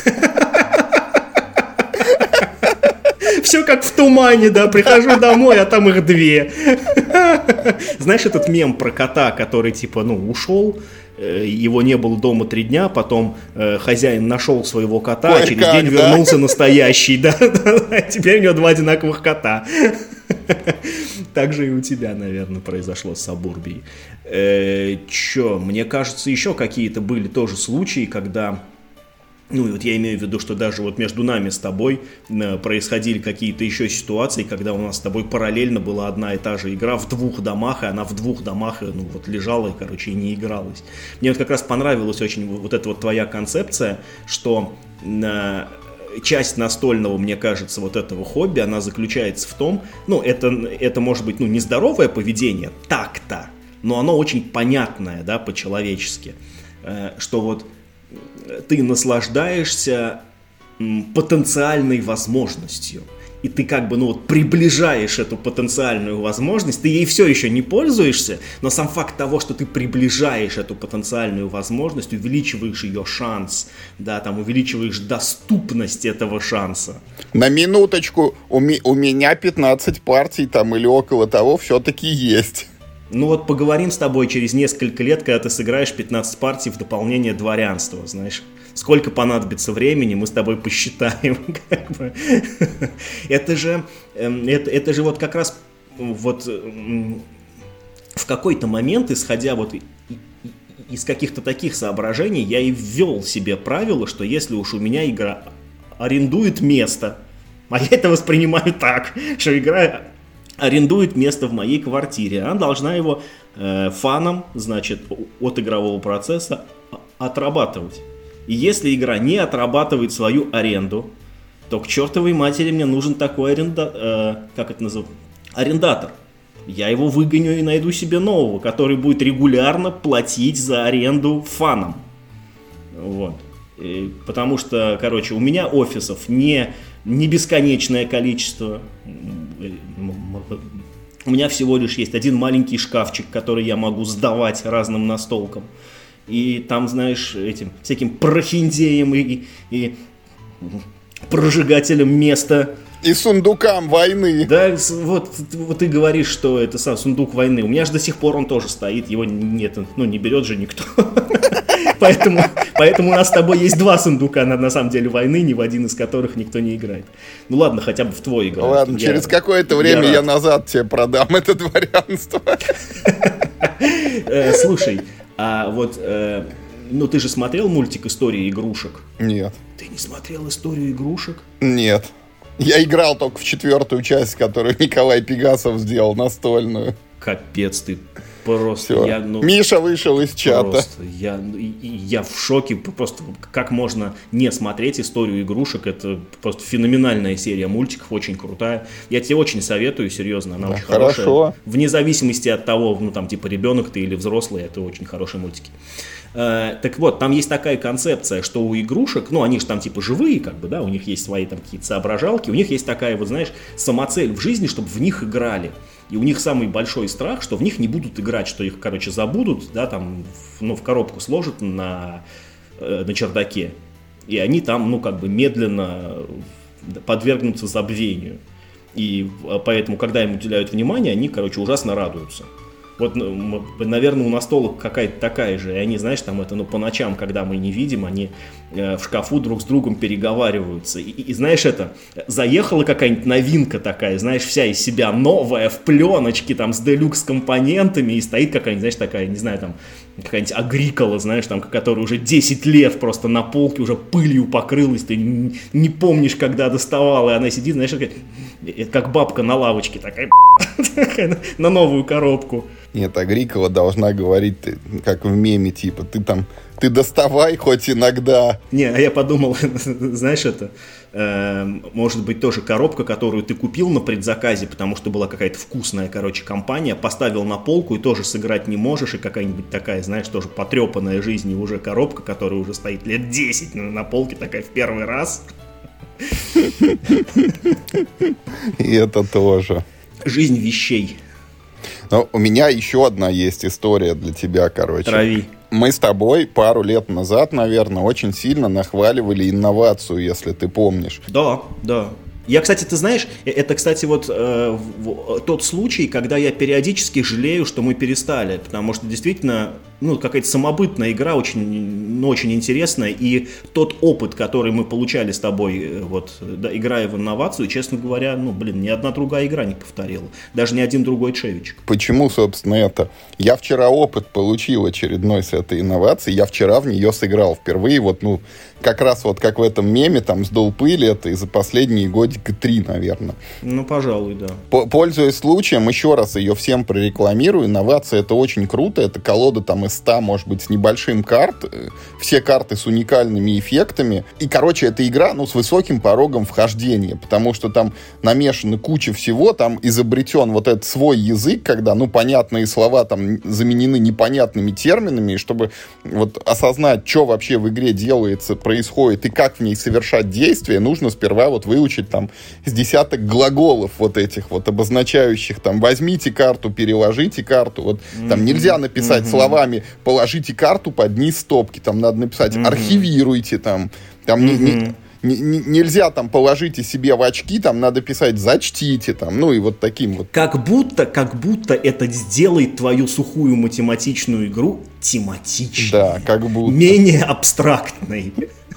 Все как в тумане, да, прихожу домой, а там их две. Знаешь этот мем про кота, который типа, ну, ушел, его не было дома три дня, потом э, хозяин нашел своего кота, Ой, а через как, день да? вернулся настоящий, да, теперь у него два одинаковых кота. Так же и у тебя, наверное, произошло с Сабурбией. Э, Че, мне кажется, еще какие-то были тоже случаи, когда... Ну, и вот я имею в виду, что даже вот между нами с тобой э, происходили какие-то еще ситуации, когда у нас с тобой параллельно была одна и та же игра в двух домах, и она в двух домах, ну, вот лежала и, короче, и не игралась. Мне вот как раз понравилась очень вот эта вот твоя концепция, что э, часть настольного, мне кажется, вот этого хобби, она заключается в том, ну, это, это может быть, ну, нездоровое поведение, так-то, но оно очень понятное, да, по-человечески, э, что вот ты наслаждаешься потенциальной возможностью. И ты как бы, ну вот, приближаешь эту потенциальную возможность, ты ей все еще не пользуешься, но сам факт того, что ты приближаешь эту потенциальную возможность, увеличиваешь ее шанс, да, там, увеличиваешь доступность этого шанса. На минуточку, у, ми- у меня пятнадцать партий там или около того все-таки есть. Ну вот поговорим с тобой через несколько лет, когда ты сыграешь пятнадцать партий в дополнение дворянства, знаешь. Сколько понадобится времени, мы с тобой посчитаем. Как бы. Это же, это, это же вот как раз вот в какой-то момент, исходя вот из каких-то таких соображений, я и ввел себе правило, что если уж у меня игра арендует место, а я это воспринимаю так, что игра... арендует место в моей квартире, она должна его э, фаном, значит, от игрового процесса отрабатывать. И если игра не отрабатывает свою аренду, то к чертовой матери мне нужен такой аренда... Э, как это называется? Арендатор. Я его выгоню и найду себе нового, который будет регулярно платить за аренду фанам. Вот. И, потому что, короче, у меня офисов не, не бесконечное количество. У меня всего лишь есть один маленький шкафчик, который я могу сдавать разным настолкам. И там, знаешь, этим всяким прохиндеем и, и прожигателем места. И сундукам войны. Да, вот, вот ты говоришь, что это сам сундук войны. У меня же до сих пор он тоже стоит, его нет, ну не берет же никто. Поэтому, поэтому у нас с тобой есть два сундука на, на самом деле войны, ни в один из которых никто не играет. Ну ладно, хотя бы в твой играю. Ладно, я, через какое-то время я, я назад тебе продам это дворянство. Слушай, а вот, ну ты же смотрел мультик «История игрушек»? Нет. Ты не смотрел «Историю игрушек»? Нет. Я играл только в четвертую часть, которую Николай Пегасов сделал, настольную. Капец, ты просто... Я, ну, Миша вышел из чата. Просто, я, я в шоке. Просто как можно не смотреть «Историю игрушек». Это просто феноменальная серия мультиков, очень крутая. Я тебе очень советую, серьезно, она да, очень хорошо. Хорошая. Вне зависимости от того, ну там типа ребенок ты или взрослый, это очень хорошие мультики. Uh, так вот, там есть такая концепция, что у игрушек, ну, они же там типа живые, как бы, да, у них есть свои там какие-то соображалки, у них есть такая вот, знаешь, самоцель в жизни, чтобы в них играли. И у них самый большой страх, что в них не будут играть, что их, короче, забудут, да, там, в, ну, в коробку сложат на, э, на чердаке, и они там, ну, как бы медленно подвергнутся забвению. И поэтому, когда им уделяют внимание, они, короче, ужасно радуются. Вот, наверное, у настолок какая-то такая же. И они, знаешь, там это, ну, по ночам, когда мы не видим, они э, в шкафу друг с другом переговариваются. И, и, и знаешь, это, заехала какая-нибудь новинка такая, знаешь, вся из себя новая, в пленочке, там, с делюкс-компонентами, и стоит какая-нибудь, знаешь, такая, не знаю, там, какая-нибудь Агрикола, знаешь, там, которая уже десять лет просто на полке уже пылью покрылась, ты не, не помнишь, когда доставала, и она сидит, знаешь, такая, как бабка на лавочке, такая, на новую коробку. Нет, Агрикола должна говорить, как в меме, типа, ты там, ты доставай хоть иногда. Не, а я подумал, знаешь, это, э, может быть, тоже коробка, которую ты купил на предзаказе, потому что была какая-то вкусная, короче, компания, поставил на полку и тоже сыграть не можешь, и какая-нибудь такая, знаешь, тоже потрепанная жизнью уже коробка, которая уже стоит лет десять на, на полке, такая в первый раз. И это тоже. Жизнь вещей. Но у меня еще одна есть история для тебя, короче. Трави. Мы с тобой пару лет назад, наверное, очень сильно нахваливали инновацию, если ты помнишь. Да, да. Я, кстати, ты знаешь, это, кстати, вот э, тот случай, когда я периодически жалею, что мы перестали, потому что действительно, ну, какая-то самобытная игра, очень, ну, очень интересная, и тот опыт, который мы получали с тобой, вот, да, играя в инновацию, честно говоря, ну, блин, ни одна другая игра не повторила, даже ни один другой чевичек. Почему, собственно, это? Я вчера опыт получил очередной с этой инновацией, я вчера в нее сыграл впервые, вот, ну, как раз вот как в этом меме, там, сдул пыль, это и за последние годика три, наверное. Ну, пожалуй, да. Пользуясь случаем, еще раз ее всем прорекламирую. Инновация — это очень круто. Это колода там из ста, может быть, с небольшим карт. Все карты с уникальными эффектами. И, короче, эта игра, ну, с высоким порогом вхождения, потому что там намешана куча всего, там изобретен вот этот свой язык, когда, ну, понятные слова там заменены непонятными терминами, и чтобы вот осознать, что вообще в игре делается, происходит и как в ней совершать действия, нужно сперва вот выучить там с десяток глаголов вот этих вот обозначающих там возьмите карту, переложите карту. Вот mm-hmm. там нельзя написать mm-hmm. словами положите карту под низ стопки, там надо написать mm-hmm. архивируйте там. Там mm-hmm. не, не, не, не, нельзя там положите себе в очки, там надо писать зачтите, там, ну и вот таким вот. Как будто, как будто это сделает твою сухую математичную игру тематичной. Да, как будто. Менее абстрактной.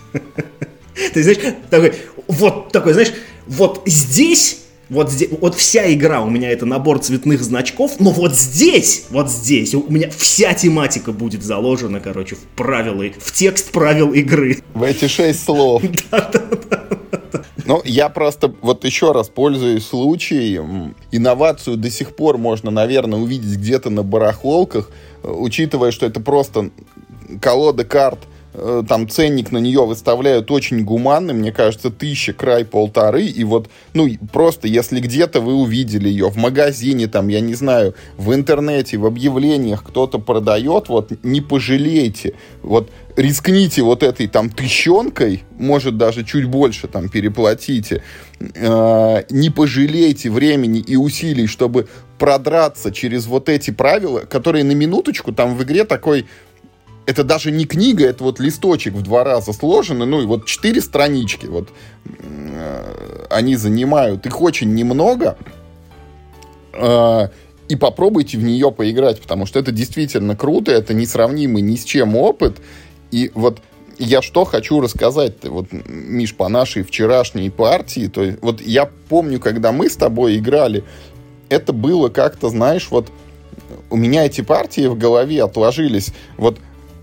Ты знаешь, такой, вот такой, знаешь, вот здесь, вот здесь, вот вся игра у меня это набор цветных значков, но вот здесь, вот здесь у меня вся тематика будет заложена, короче, в правила, в текст правил игры. В эти шесть слов. Да-да-да. Ну, я просто вот еще раз пользуюсь случаем. Инновацию до сих пор можно, наверное, увидеть где-то на барахолках, учитывая, что это просто колода карт э, там ценник на нее выставляют очень гуманный, мне кажется, тысяча, край полторы, и вот, ну, просто если где-то вы увидели ее в магазине, там, я не знаю, в интернете, в объявлениях кто-то продает, вот, не пожалейте, вот, рискните вот этой там тыщенкой, может, даже чуть больше там переплатите, э, не пожалейте времени и усилий, чтобы продраться через вот эти правила, которые на минуточку там в игре такой... Это даже не книга, это вот листочек в два раза сложенный, ну и вот четыре странички вот э, они занимают, их очень немного, э, и попробуйте в нее поиграть, потому что это действительно круто, это несравнимый ни с чем опыт. И вот я что хочу рассказать-то, вот, Миш, по нашей вчерашней партии, то есть, вот я помню, когда мы с тобой играли, это было как-то, знаешь, вот у меня эти партии в голове отложились, вот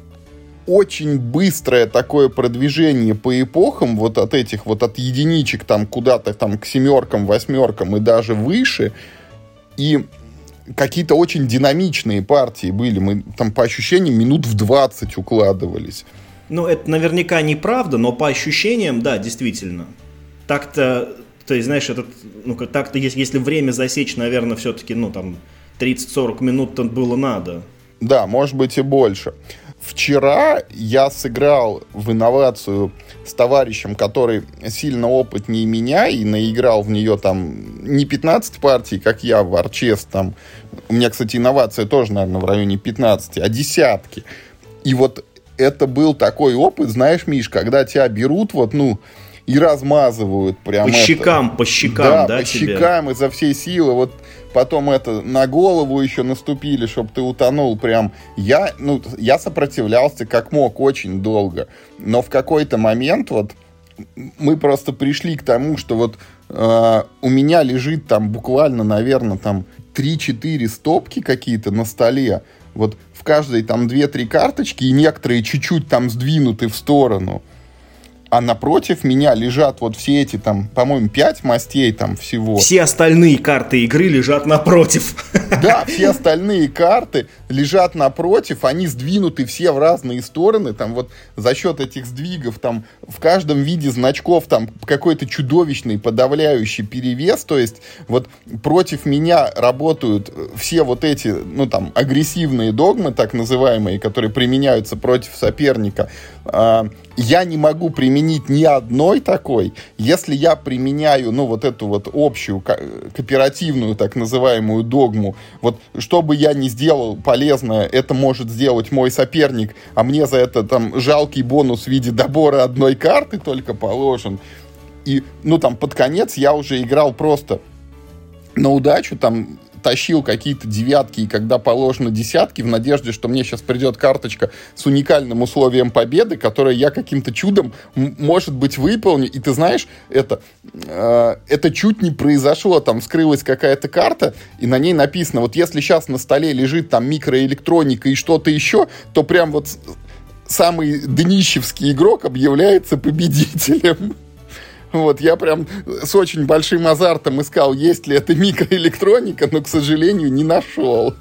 очень быстрое такое продвижение по эпохам, вот от этих, вот от единичек там куда-то там к семеркам, восьмеркам и даже выше, и какие-то очень динамичные партии были. Мы там по ощущениям минут в двадцать укладывались. Ну, это наверняка неправда, но по ощущениям, да, действительно. Так-то, то есть, знаешь, этот, ну, так-то, если, если время засечь, наверное, все-таки, ну, там, тридцать-сорок минут-то было надо. Да, может быть и больше. Вчера я сыграл в инновацию с товарищем, который сильно опытнее меня и наиграл в нее там не пятнадцать партий, как я в Арчес там. У меня, кстати, инновация тоже, наверное, в районе пятнадцати, а десятки. И вот это был такой опыт, знаешь, Миш, когда тебя берут вот, ну, и размазывают прям. По щекам, это, по щекам, да, да, по тебе? щекам изо всей силы. Вот потом это на голову еще наступили, чтобы ты утонул прям. Я, ну, я сопротивлялся как мог очень долго. Но в какой-то момент вот мы просто пришли к тому, что вот э, у меня лежит там буквально, наверное, там три-четыре стопки какие-то на столе. Вот в каждой там две-три карточки, и некоторые чуть-чуть там сдвинуты в сторону. А напротив меня лежат вот все эти там, по-моему, пять мастей там всего. Все остальные карты игры лежат напротив. Да, все остальные карты лежат напротив, они сдвинуты все в разные стороны, там вот за счет этих сдвигов там в каждом виде значков там какой-то чудовищный подавляющий перевес, то есть вот против меня работают все вот эти, ну там, агрессивные догмы, так называемые, которые применяются против соперника. Я не могу применить ни одной такой. Если я применяю, ну, вот эту вот общую кооперативную так называемую догму, вот что бы я ни сделал полезное, это может сделать мой соперник, а мне за это там жалкий бонус в виде добора одной карты только положен. И, ну, там, под конец я уже играл просто на удачу, там, тащил какие-то девятки, и когда положено десятки, в надежде, что мне сейчас придет карточка с уникальным условием победы, которое я каким-то чудом, м- может быть, выполню. И ты знаешь, это, э, это чуть не произошло. Там вскрылась какая-то карта, и на ней написано, вот если сейчас на столе лежит там микроэлектроника и что-то еще, то прям вот самый днищевский игрок объявляется победителем. Вот, я прям с очень большим азартом искал, есть ли это микроэлектроника, но, к сожалению, не нашел.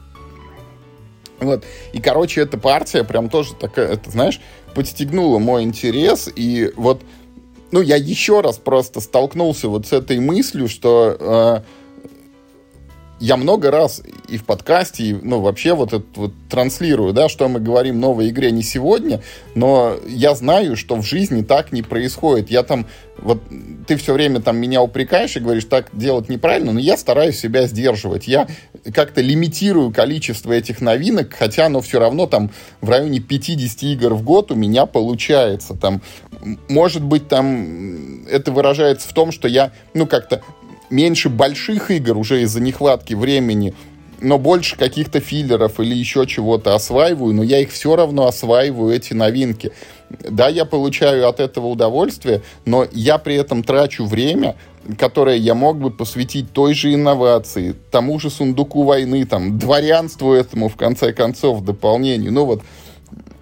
Вот, и, короче, эта партия прям тоже такая, это, знаешь, подстегнула мой интерес, и вот, ну, я еще раз просто столкнулся вот с этой мыслью, что э, я много раз и в подкасте, и, ну, вообще вот это вот транслирую, да, что мы говорим в новой игре не сегодня, но я знаю, что в жизни так не происходит. Я там, вот ты все время там меня упрекаешь и говоришь, так делать неправильно, но я стараюсь себя сдерживать. Я как-то лимитирую количество этих новинок, хотя оно все равно там в районе пятьдесят игр в год у меня получается. Там, может быть, там это выражается в том, что я, ну, как-то меньше больших игр уже из-за нехватки времени, но больше каких-то филлеров или еще чего-то осваиваю, но я их все равно осваиваю, эти новинки. Да, я получаю от этого удовольствие, но я при этом трачу время, которое я мог бы посвятить той же инновации, тому же сундуку войны, там, дворянству этому, в конце концов, дополнению. Ну вот,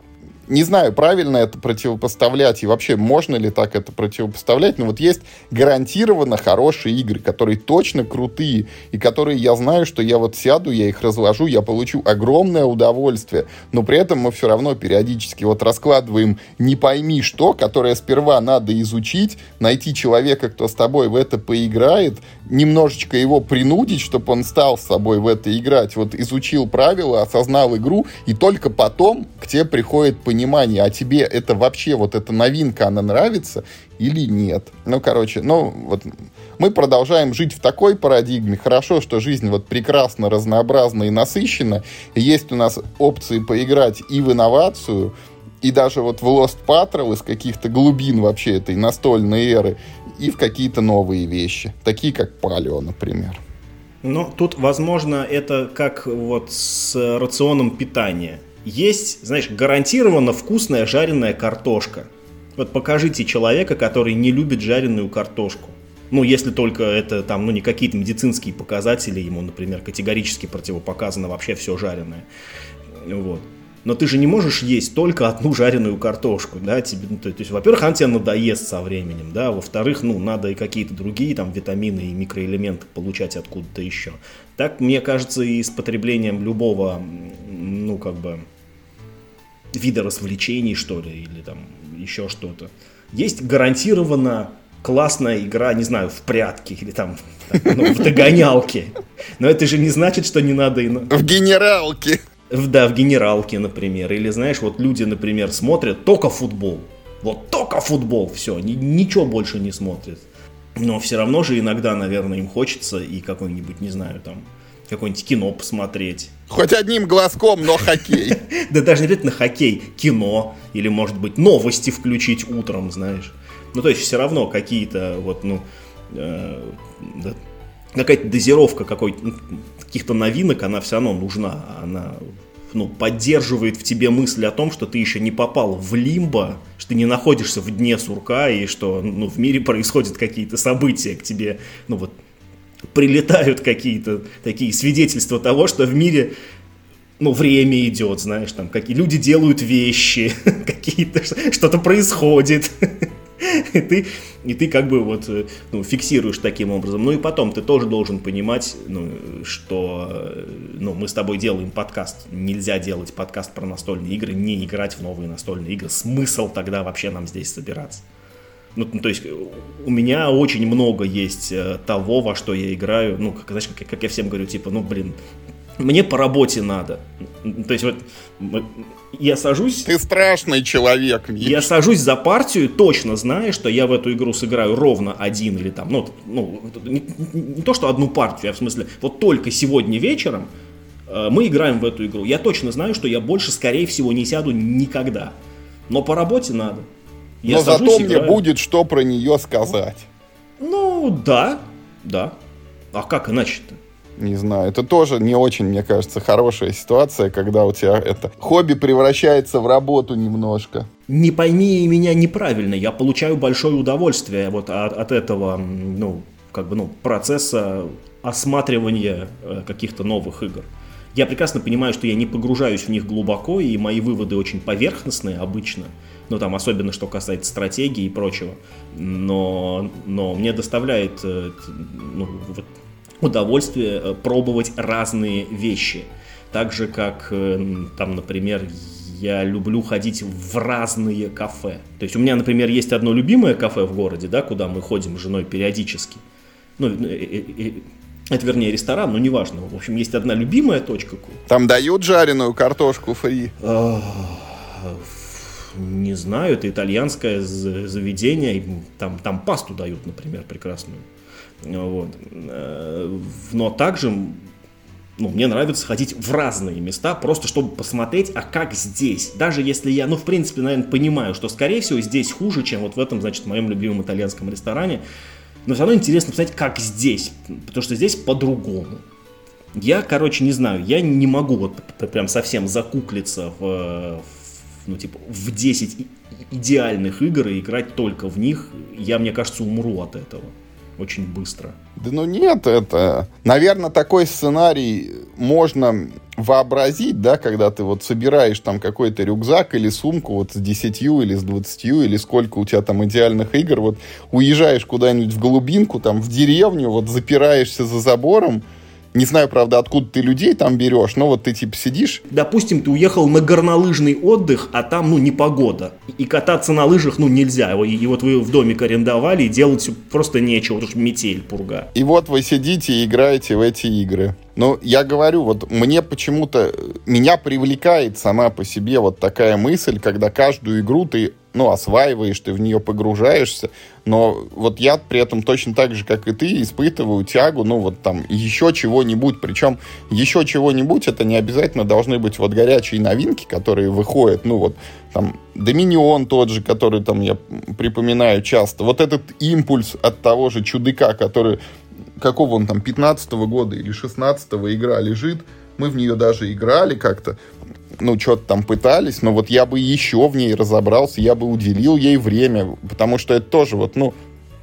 не знаю, правильно это противопоставлять, и вообще можно ли так это противопоставлять, но вот есть гарантированно хорошие игры, которые точно крутые, и которые я знаю, что я вот сяду, я их разложу, я получу огромное удовольствие, но при этом мы все равно периодически вот раскладываем не пойми что, которое сперва надо изучить, найти человека, кто с тобой в это поиграет, немножечко его принудить, чтобы он стал с собой в это играть, вот изучил правила, осознал игру, и только потом к тебе приходит понимание, а тебе это вообще, вот эта новинка, она нравится или нет. Ну, короче, ну, вот мы продолжаем жить в такой парадигме. Хорошо, что жизнь вот прекрасно, разнообразна и насыщена. Есть у нас опции поиграть и в инновацию, и даже вот в Lost Patrol из каких-то глубин вообще этой настольной эры, и в какие-то новые вещи, такие как Paleo, например. Но тут, возможно, это как вот с рационом питания. Есть, знаешь, гарантированно вкусная жареная картошка. Вот покажите человека, который не любит жареную картошку. Ну, если только это там, ну, не какие-то медицинские показатели, ему, например, категорически противопоказано вообще все жареное. Вот. Но ты же не можешь есть только одну жареную картошку, да, тебе, ну, то, то есть, во-первых, она тебе надоест со временем, да, во-вторых, ну, надо и какие-то другие там витамины и микроэлементы получать откуда-то еще. Так, мне кажется, и с потреблением любого, ну, как бы, вида развлечений, что ли, или там еще что-то. Есть гарантированно классная игра, не знаю, в прятки или там, там ну, в догонялки. Но это же не значит, что не надо... В генералке. Да, в генералке, например. Или, знаешь, вот люди, например, смотрят только футбол. Вот только футбол, все, ни, ничего больше не смотрят. Но все равно же иногда, наверное, им хочется и какой-нибудь, не знаю, там, какое-нибудь кино посмотреть. Хоть одним глазком, но хоккей. Да даже не обязательно хоккей, кино. Или, может быть, новости включить утром, знаешь. Ну, то есть все равно какие-то вот, ну, какая-то дозировка какой-то, каких-то новинок, она все равно нужна. Она, ну, поддерживает в тебе мысль о том, что ты еще не попал в лимбо, что ты не находишься в дне сурка, и что, ну, в мире происходят какие-то события к тебе, ну, вот, прилетают какие-то такие свидетельства того, что в мире, ну, время идет, знаешь, там, какие люди делают вещи, какие-то, что-то происходит. И ты, и ты как бы вот, ну, фиксируешь таким образом. Ну и потом ты тоже должен понимать, ну, что, ну, мы с тобой делаем подкаст. Нельзя делать подкаст про настольные игры, не играть в новые настольные игры. Смысл тогда вообще нам здесь собираться? Ну, то есть у меня очень много есть того, во что я играю. Ну, как, знаешь, как, как я всем говорю, типа, ну, блин, мне по работе надо. То есть вот я сажусь... Ты страшный человек, Миш. Я сажусь за партию, точно зная, что я в эту игру сыграю ровно один или там... Ну, ну не, не то, что одну партию, а в смысле, вот только сегодня вечером э, мы играем в эту игру. Я точно знаю, что я больше, скорее всего, не сяду никогда. Но по работе надо. Я Но сажусь, зато играю. Мне будет что про нее сказать. Ну, да, да. А как иначе-то? Не знаю, это тоже не очень, мне кажется, хорошая ситуация, когда у тебя это хобби превращается в работу немножко. Не пойми меня неправильно, я получаю большое удовольствие вот от, от этого, ну, как бы, ну, процесса осматривания э, каких-то новых игр. Я прекрасно понимаю, что я не погружаюсь в них глубоко, и мои выводы очень поверхностные обычно, ну, там, особенно что касается стратегии и прочего, но, но мне доставляет, э, ну, вот, удовольствие пробовать разные вещи. Так же, как, там, например, я люблю ходить в разные кафе. То есть у меня, например, есть одно любимое кафе в городе, да, куда мы ходим с женой периодически. Ну, это, вернее, ресторан, но неважно. В общем, есть одна любимая точка. Там дают жареную картошку фри? Не знаю, это итальянское заведение. Там, там пасту дают, например, прекрасную. Вот. Но также, ну, мне нравится ходить в разные места, просто чтобы посмотреть, а как здесь. Даже если я, ну, в принципе, наверное, понимаю, что, скорее всего, здесь хуже, чем вот в этом, значит, моем любимом итальянском ресторане. Но все равно интересно посмотреть, как здесь, потому что здесь по-другому. Я, короче, не знаю, я не могу вот прям совсем закуклиться в, в, ну, типа, в десять идеальных игр и играть только в них. Я, мне кажется, умру от этого. очень быстро. Да ну нет, это... Наверное, такой сценарий можно вообразить, да, когда ты вот собираешь там какой-то рюкзак или сумку вот с десятью или с двадцатью, или сколько у тебя там идеальных игр, вот уезжаешь куда-нибудь в глубинку, там в деревню, вот запираешься за забором. Не знаю, правда, откуда ты людей там берешь, но вот ты типа сидишь. Допустим, ты уехал на горнолыжный отдых, а там, ну, непогода. И кататься на лыжах, ну, нельзя. И, и вот вы в домик арендовали, и делать просто нечего, потому что метель, пурга. И вот вы сидите и играете в эти игры. Ну, я говорю, вот мне почему-то, меня привлекает сама по себе вот такая мысль, когда каждую игру ты, ну, осваиваешь, ты в нее погружаешься, но вот я при этом точно так же, как и ты, испытываю тягу, ну, вот там, еще чего-нибудь, причем еще чего-нибудь, это не обязательно должны быть вот горячие новинки, которые выходят, ну, вот, там, Доминион тот же, который там я припоминаю часто, вот этот импульс от того же Чудыка, который, какого он там, пятнадцатого года или шестнадцатого игра лежит, мы в нее даже играли как-то, ну, что-то там пытались, но вот я бы еще в ней разобрался, я бы уделил ей время, потому что это тоже вот, ну,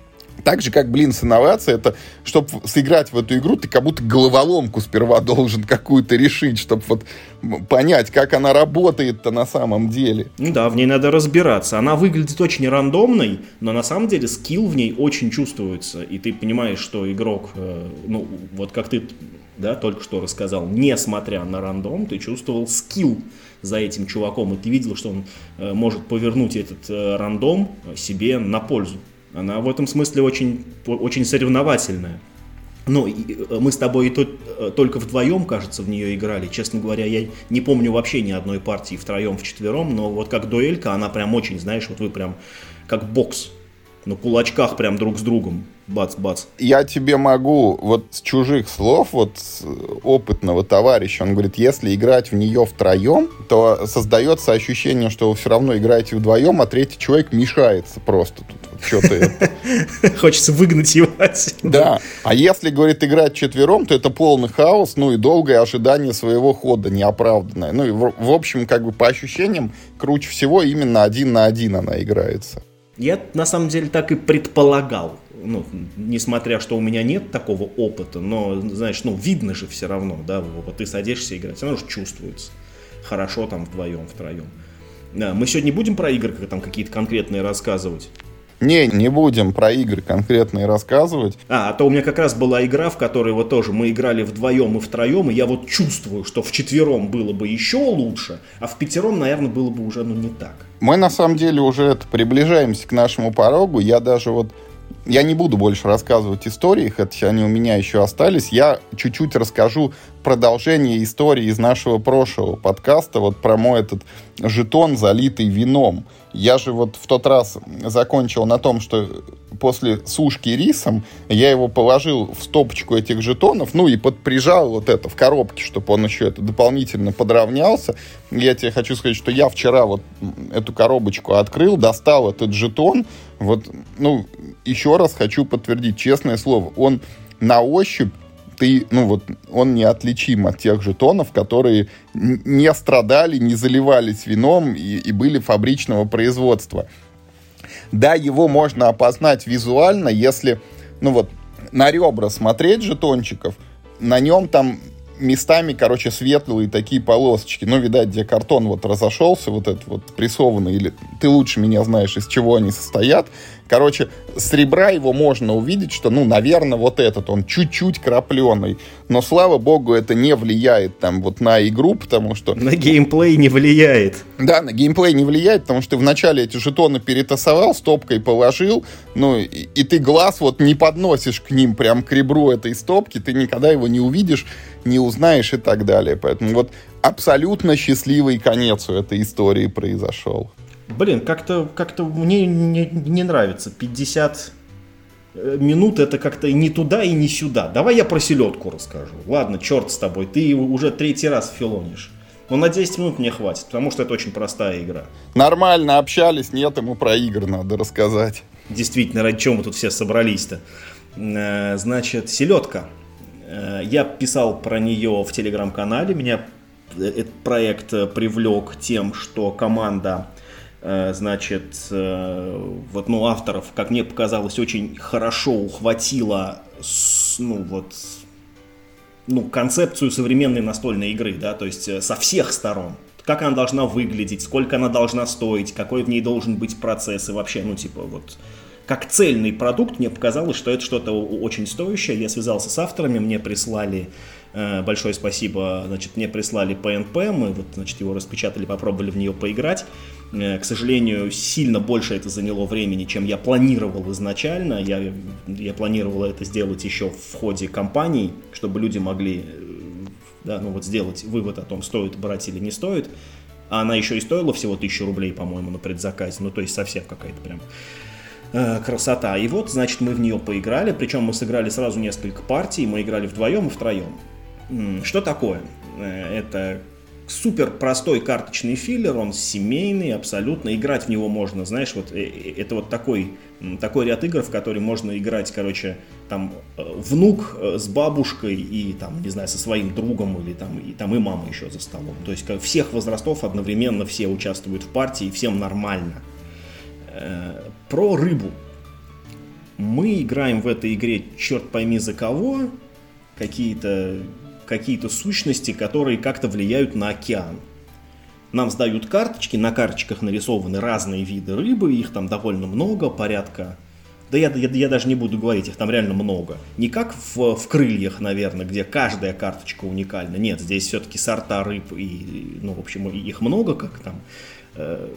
так же, как, блин, с инновацией, это, чтобы сыграть в эту игру, ты как будто головоломку сперва должен какую-то решить, чтобы вот понять, как она работает-то на самом деле. Ну да, в ней надо разбираться. Она выглядит очень рандомной, но на самом деле скилл в ней очень чувствуется, и ты понимаешь, что игрок, ну, вот как ты, да, только что рассказал, несмотря на рандом, ты чувствовал скилл за этим чуваком, и ты видел, что он может повернуть этот рандом себе на пользу. Она в этом смысле очень, очень соревновательная. Ну, мы с тобой и то, только вдвоем, кажется, в нее играли. Честно говоря, я не помню вообще ни одной партии втроем, вчетвером, но вот как дуэлька, она прям очень, знаешь, вот вы прям как бокс. На кулачках прям друг с другом. Бац-бац. Я тебе могу вот с чужих слов, вот с опытного товарища, он говорит, если играть в нее втроем, то создается ощущение, что вы все равно играете вдвоем, а третий человек мешается просто тут. Вот, что-то хочется выгнать его отсюда. Да. А если, говорит, играть четвером, то это полный хаос, ну и долгое ожидание своего хода неоправданное. Ну и в, в общем, как бы по ощущениям, круче всего именно один на один она играется. Я на самом деле так и предполагал, ну, несмотря что у меня нет такого опыта, но, знаешь, ну, видно же все равно, да, вот ты садишься играть, все равно же чувствуется хорошо там вдвоем, втроем. Да, мы сегодня будем про игры там какие-то конкретные рассказывать? Не, не будем про игры конкретные рассказывать. А, а то у меня как раз была игра, в которой вот тоже мы играли вдвоем и втроем, и я вот чувствую, что вчетвером было бы еще лучше, а в пятером, наверное, было бы уже, ну, не так. Мы, на самом деле, уже это, приближаемся к нашему порогу. Я даже вот... Я не буду больше рассказывать истории, хотя они у меня еще остались. Я чуть-чуть расскажу продолжение истории из нашего прошлого подкаста, вот про мой этот жетон, залитый вином. Я же вот в тот раз закончил на том, что после сушки рисом я его положил в стопочку этих жетонов, ну и подприжал вот это в коробке, чтобы он еще это дополнительно подровнялся. Я тебе хочу сказать, что я вчера вот эту коробочку открыл, достал этот жетон, вот, ну, еще раз хочу подтвердить, честное слово, он на ощупь, ты, ну вот, он неотличим от тех жетонов, которые не страдали, не заливались вином и, и были фабричного производства. Да, его можно опознать визуально, если, ну вот, на ребра смотреть жетончиков, на нем там местами, короче, светлые такие полосочки. Ну, видать, где картон вот разошелся, вот этот вот прессованный, или ты лучше меня знаешь, из чего они состоят. Короче, с ребра его можно увидеть, что, ну, наверное, вот этот, он чуть-чуть крапленый. Но, слава богу, это не влияет там вот на игру, потому что... На геймплей не влияет. Да, на геймплей не влияет, потому что ты вначале эти жетоны перетасовал, стопкой положил, ну, и, и ты глаз вот не подносишь к ним, прям к ребру этой стопки, ты никогда его не увидишь, не узнаешь и так далее. Поэтому вот абсолютно счастливый конец у этой истории произошел. Блин, как-то, как-то мне не, не нравится. пятьдесят минут это как-то и не туда, и не сюда. Давай я про селедку расскажу. Ладно, черт с тобой, ты уже третий раз филонишь. Но на десять минут мне хватит, потому что это очень простая игра. Нормально общались, нет, ему про игры надо рассказать. Действительно, ради чего мы тут все собрались-то? Значит, селедка. Я писал про нее в телеграм-канале. Меня этот проект привлек тем, что команда Значит, вот, ну, авторов, как мне показалось, очень хорошо ухватило, ну, вот, ну, концепцию современной настольной игры, да, то есть со всех сторон. Как она должна выглядеть, сколько она должна стоить, какой в ней должен быть процесс и вообще, ну, типа, вот, как цельный продукт, мне показалось, что это что-то очень стоящее. Я связался с авторами, мне прислали, э, большое спасибо, значит, мне прислали пи эн пи, мы вот, значит, его распечатали, попробовали в нее поиграть. Э, к сожалению, сильно больше это заняло времени, чем я планировал изначально. Я, я планировал это сделать еще в ходе кампании, чтобы люди могли, да, ну, вот сделать вывод о том, стоит брать или не стоит. А она еще и стоила всего тысячу рублей, по-моему, на предзаказе, ну, то есть совсем какая-то прям... красота. И вот, значит, мы в нее поиграли, причем мы сыграли сразу несколько партий, мы играли вдвоем и втроем. Что такое? Это супер простой карточный филлер, он семейный абсолютно, играть в него можно, знаешь, вот это вот такой, такой ряд игр, в который можно играть, короче, там, внук с бабушкой и, там, не знаю, со своим другом или там и, там, и мама еще за столом. То есть всех возрастов одновременно все участвуют в партии, всем нормально. Про рыбу. Мы играем в этой игре, черт пойми за кого, какие-то, какие-то сущности, которые как-то влияют на океан. Нам сдают карточки, на карточках нарисованы разные виды рыбы, их там довольно много, порядка... Да я, я, я даже не буду говорить, их там реально много. Не как в, в крыльях, наверное, где каждая карточка уникальна. Нет, здесь все-таки сорта рыб, и, ну, в общем, их много, как там... Э,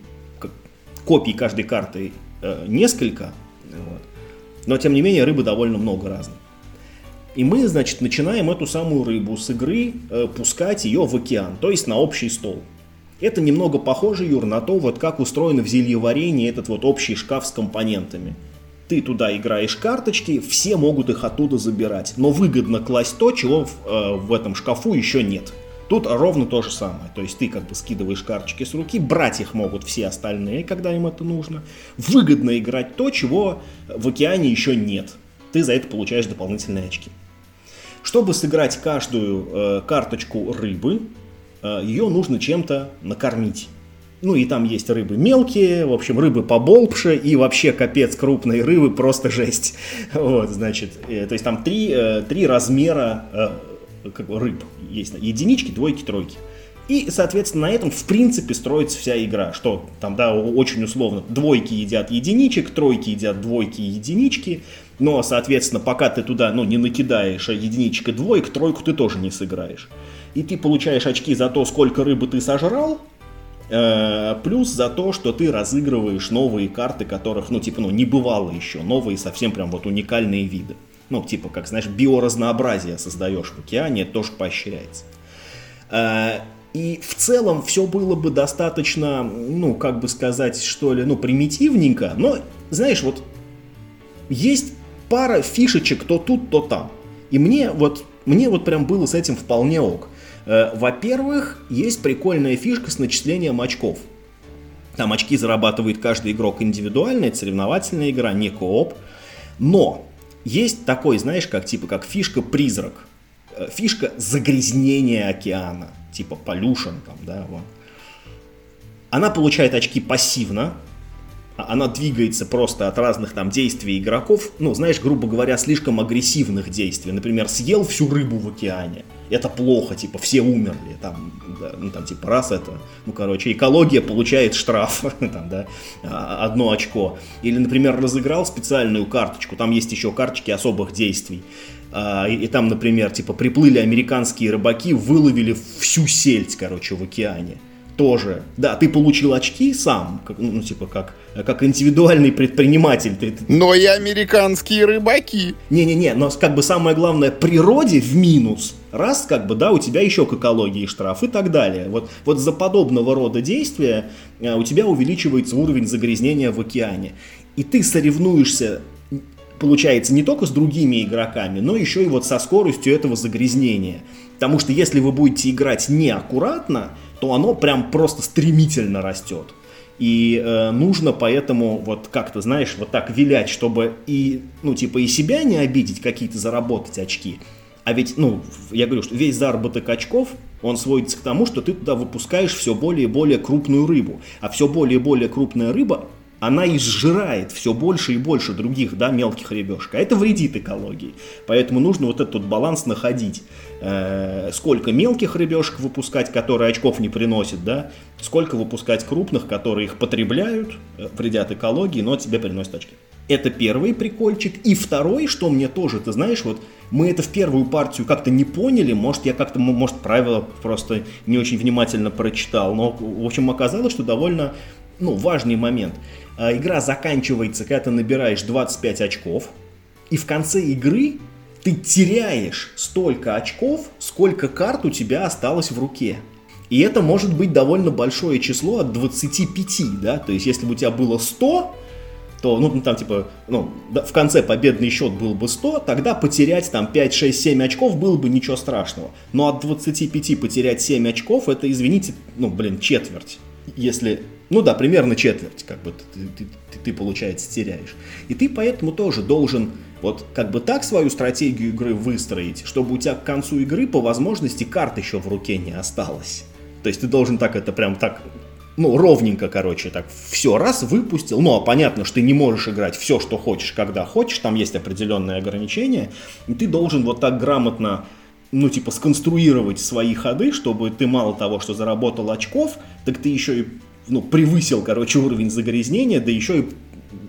копий каждой карты э, несколько, вот. Но тем не менее рыбы довольно много разных. И мы, значит, начинаем эту самую рыбу с игры э, пускать ее в океан, то есть на общий стол. Это немного похоже, Юр, на то, вот как устроено в зельеварении этот вот общий шкаф с компонентами. Ты туда играешь карточки, все могут их оттуда забирать, но выгодно класть то, чего в, э, в этом шкафу еще нет. Тут ровно то же самое, то есть ты как бы скидываешь карточки с руки, брать их могут все остальные, когда им это нужно. Выгодно играть то, чего в океане еще нет. Ты за это получаешь дополнительные очки. Чтобы сыграть каждую э, карточку рыбы, э, ее нужно чем-то накормить. Ну и там есть рыбы мелкие, в общем, рыбы поболпше и вообще капец крупные рыбы, просто жесть. Вот, значит, э, то есть там три, э, три размера э, как бы рыб есть, единички, двойки, тройки. И, соответственно, на этом, в принципе, строится вся игра, что там, да, очень условно, двойки едят единичек, тройки едят двойки и единички, но, соответственно, пока ты туда, ну, не накидаешь единичек и двоек, тройку ты тоже не сыграешь. И ты получаешь очки за то, сколько рыбы ты сожрал, э, плюс за то, что ты разыгрываешь новые карты, которых, ну, типа, ну, не бывало еще, новые совсем прям вот уникальные виды. Ну, типа, как, знаешь, биоразнообразие создаешь в океане, это тоже поощряется. И в целом все было бы достаточно, ну, как бы сказать, что ли, ну, примитивненько. Но, знаешь, вот есть пара фишечек то тут, то там. И мне вот, мне вот прям было с этим вполне ок. Во-первых, есть прикольная фишка с начислением очков. Там очки зарабатывает каждый игрок индивидуально, это соревновательная игра, не кооп. Но... есть такой, знаешь, как типа как фишка-призрак, фишка загрязнения океана, типа pollution там, да, вот. Она получает очки пассивно, она двигается просто от разных там действий игроков, ну, знаешь, грубо говоря, слишком агрессивных действий. Например, съел всю рыбу в океане, это плохо, типа, все умерли, там, да, ну, там, типа, раз это, ну, короче, экология получает штраф, там, да, одно очко. Или, например, разыграл специальную карточку, там есть еще карточки особых действий, и, и там, например, типа, приплыли американские рыбаки, выловили всю сельдь, короче, в океане. Тоже, да, ты получил очки сам, как, ну, типа, как, как индивидуальный предприниматель. Ты, ты... Но и американские рыбаки. Не-не-не, но как бы самое главное, природе в минус. Раз, как бы, да, у тебя еще к экологии штраф и так далее. Вот, вот за подобного рода действия у тебя увеличивается уровень загрязнения в океане. И ты соревнуешься, получается, не только с другими игроками, но еще и вот со скоростью этого загрязнения. Потому что если вы будете играть неаккуратно, то оно прям просто стремительно растет. И э, нужно поэтому вот как-то, знаешь, вот так вилять, чтобы и, ну, типа, и себя не обидеть, какие-то заработать очки. А ведь, ну, я говорю, что весь заработок очков Он сводится к тому, что ты туда выпускаешь все более и более крупную рыбу. А все более и более крупная рыба, она изжирает все больше и больше других, да, мелких рыбешек. А это вредит экологии. Поэтому нужно вот этот баланс находить. Э, сколько мелких рыбешек выпускать, которые очков не приносят, да, сколько выпускать крупных, которые их потребляют, вредят экологии, но тебе приносят очки. Это первый прикольчик. И второй, что мне тоже, ты знаешь, вот мы это в первую партию как-то не поняли, может, я как-то, может, правила просто не очень внимательно прочитал, но, в общем, оказалось, что довольно, ну, важный момент. Игра заканчивается, когда ты набираешь двадцать пять очков, и в конце игры ты теряешь столько очков, сколько карт у тебя осталось в руке. И это может быть довольно большое число от двадцати пяти, да, то есть если бы у тебя было сто, то, ну, там, типа, ну, в конце победный счет был бы сто, тогда потерять, там, пять, шесть, семь очков было бы ничего страшного. Но от двадцати пяти потерять семь очков, это, извините, ну, блин, четверть. Если, ну да, примерно четверть, как бы, ты, ты, ты, ты, получается, теряешь. И ты поэтому тоже должен, вот, как бы так свою стратегию игры выстроить, чтобы у тебя к концу игры, по возможности, карт еще в руке не осталось. То есть ты должен так это прям так... Ну, ровненько, короче, так все раз выпустил. Ну, а понятно, что ты не можешь играть все, что хочешь, когда хочешь. Там есть определенные ограничения. И ты должен вот так грамотно, ну, типа, сконструировать свои ходы, чтобы ты мало того, что заработал очков, так ты еще и, ну, превысил, короче, уровень загрязнения, да еще и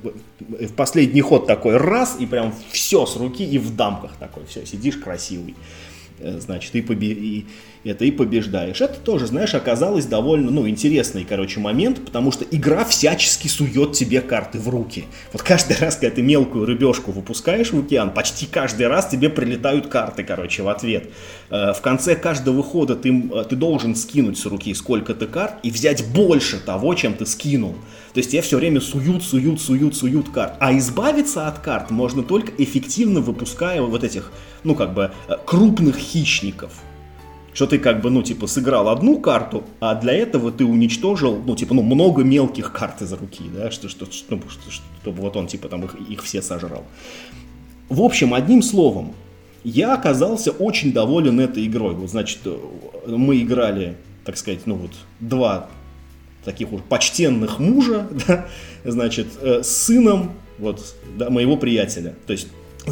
в последний ход такой раз, и прям все с руки, и в дамках такой, все, сидишь красивый. Значит, и, побе... и это и побеждаешь. Это тоже, знаешь, оказалось довольно, ну, интересный, короче, момент, потому что игра всячески сует тебе карты в руки. Вот каждый раз, когда ты мелкую рыбешку выпускаешь в океан, почти каждый раз тебе прилетают карты, короче, в ответ. В конце каждого хода ты, ты должен скинуть с руки сколько-то карт и взять больше того, чем ты скинул. То есть тебе все время суют, суют, суют, суют карт. А избавиться от карт можно только эффективно выпуская вот этих, ну, как бы, крупных хищников. Что ты, как бы, ну, типа, сыграл одну карту, а для этого ты уничтожил, ну, типа, ну, много мелких карт из руки, да, что, что, что, чтобы вот он, типа, там их, их все сожрал. В общем, одним словом, я оказался очень доволен этой игрой. Вот, значит, мы играли, так сказать, ну, вот, два таких вот почтенных мужа, да, значит, э, с сыном, вот, да, моего приятеля. То есть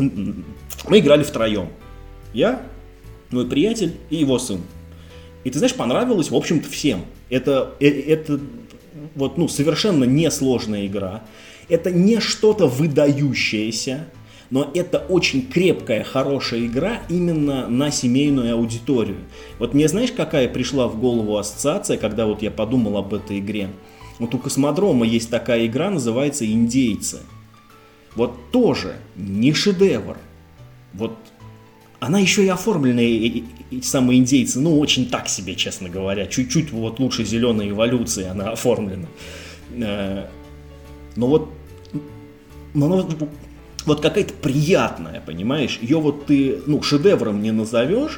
мы играли втроем. Я, мой приятель и его сын. И ты знаешь, понравилось, в общем-то, всем. Это, это вот, ну, совершенно несложная игра. Это не что-то выдающееся, но это очень крепкая, хорошая игра именно на семейную аудиторию. Вот мне, знаешь, какая пришла в голову ассоциация, когда вот я подумал об этой игре? Вот у Космодрома есть такая игра, называется «Индейцы». Вот тоже не шедевр. Вот она еще и оформлена, эти самые индейцы, ну, очень так себе, честно говоря. Чуть-чуть вот лучше «Зеленой эволюции» она оформлена. Но вот, но вот какая-то приятная, понимаешь? Ее вот ты, ну, шедевром не назовешь,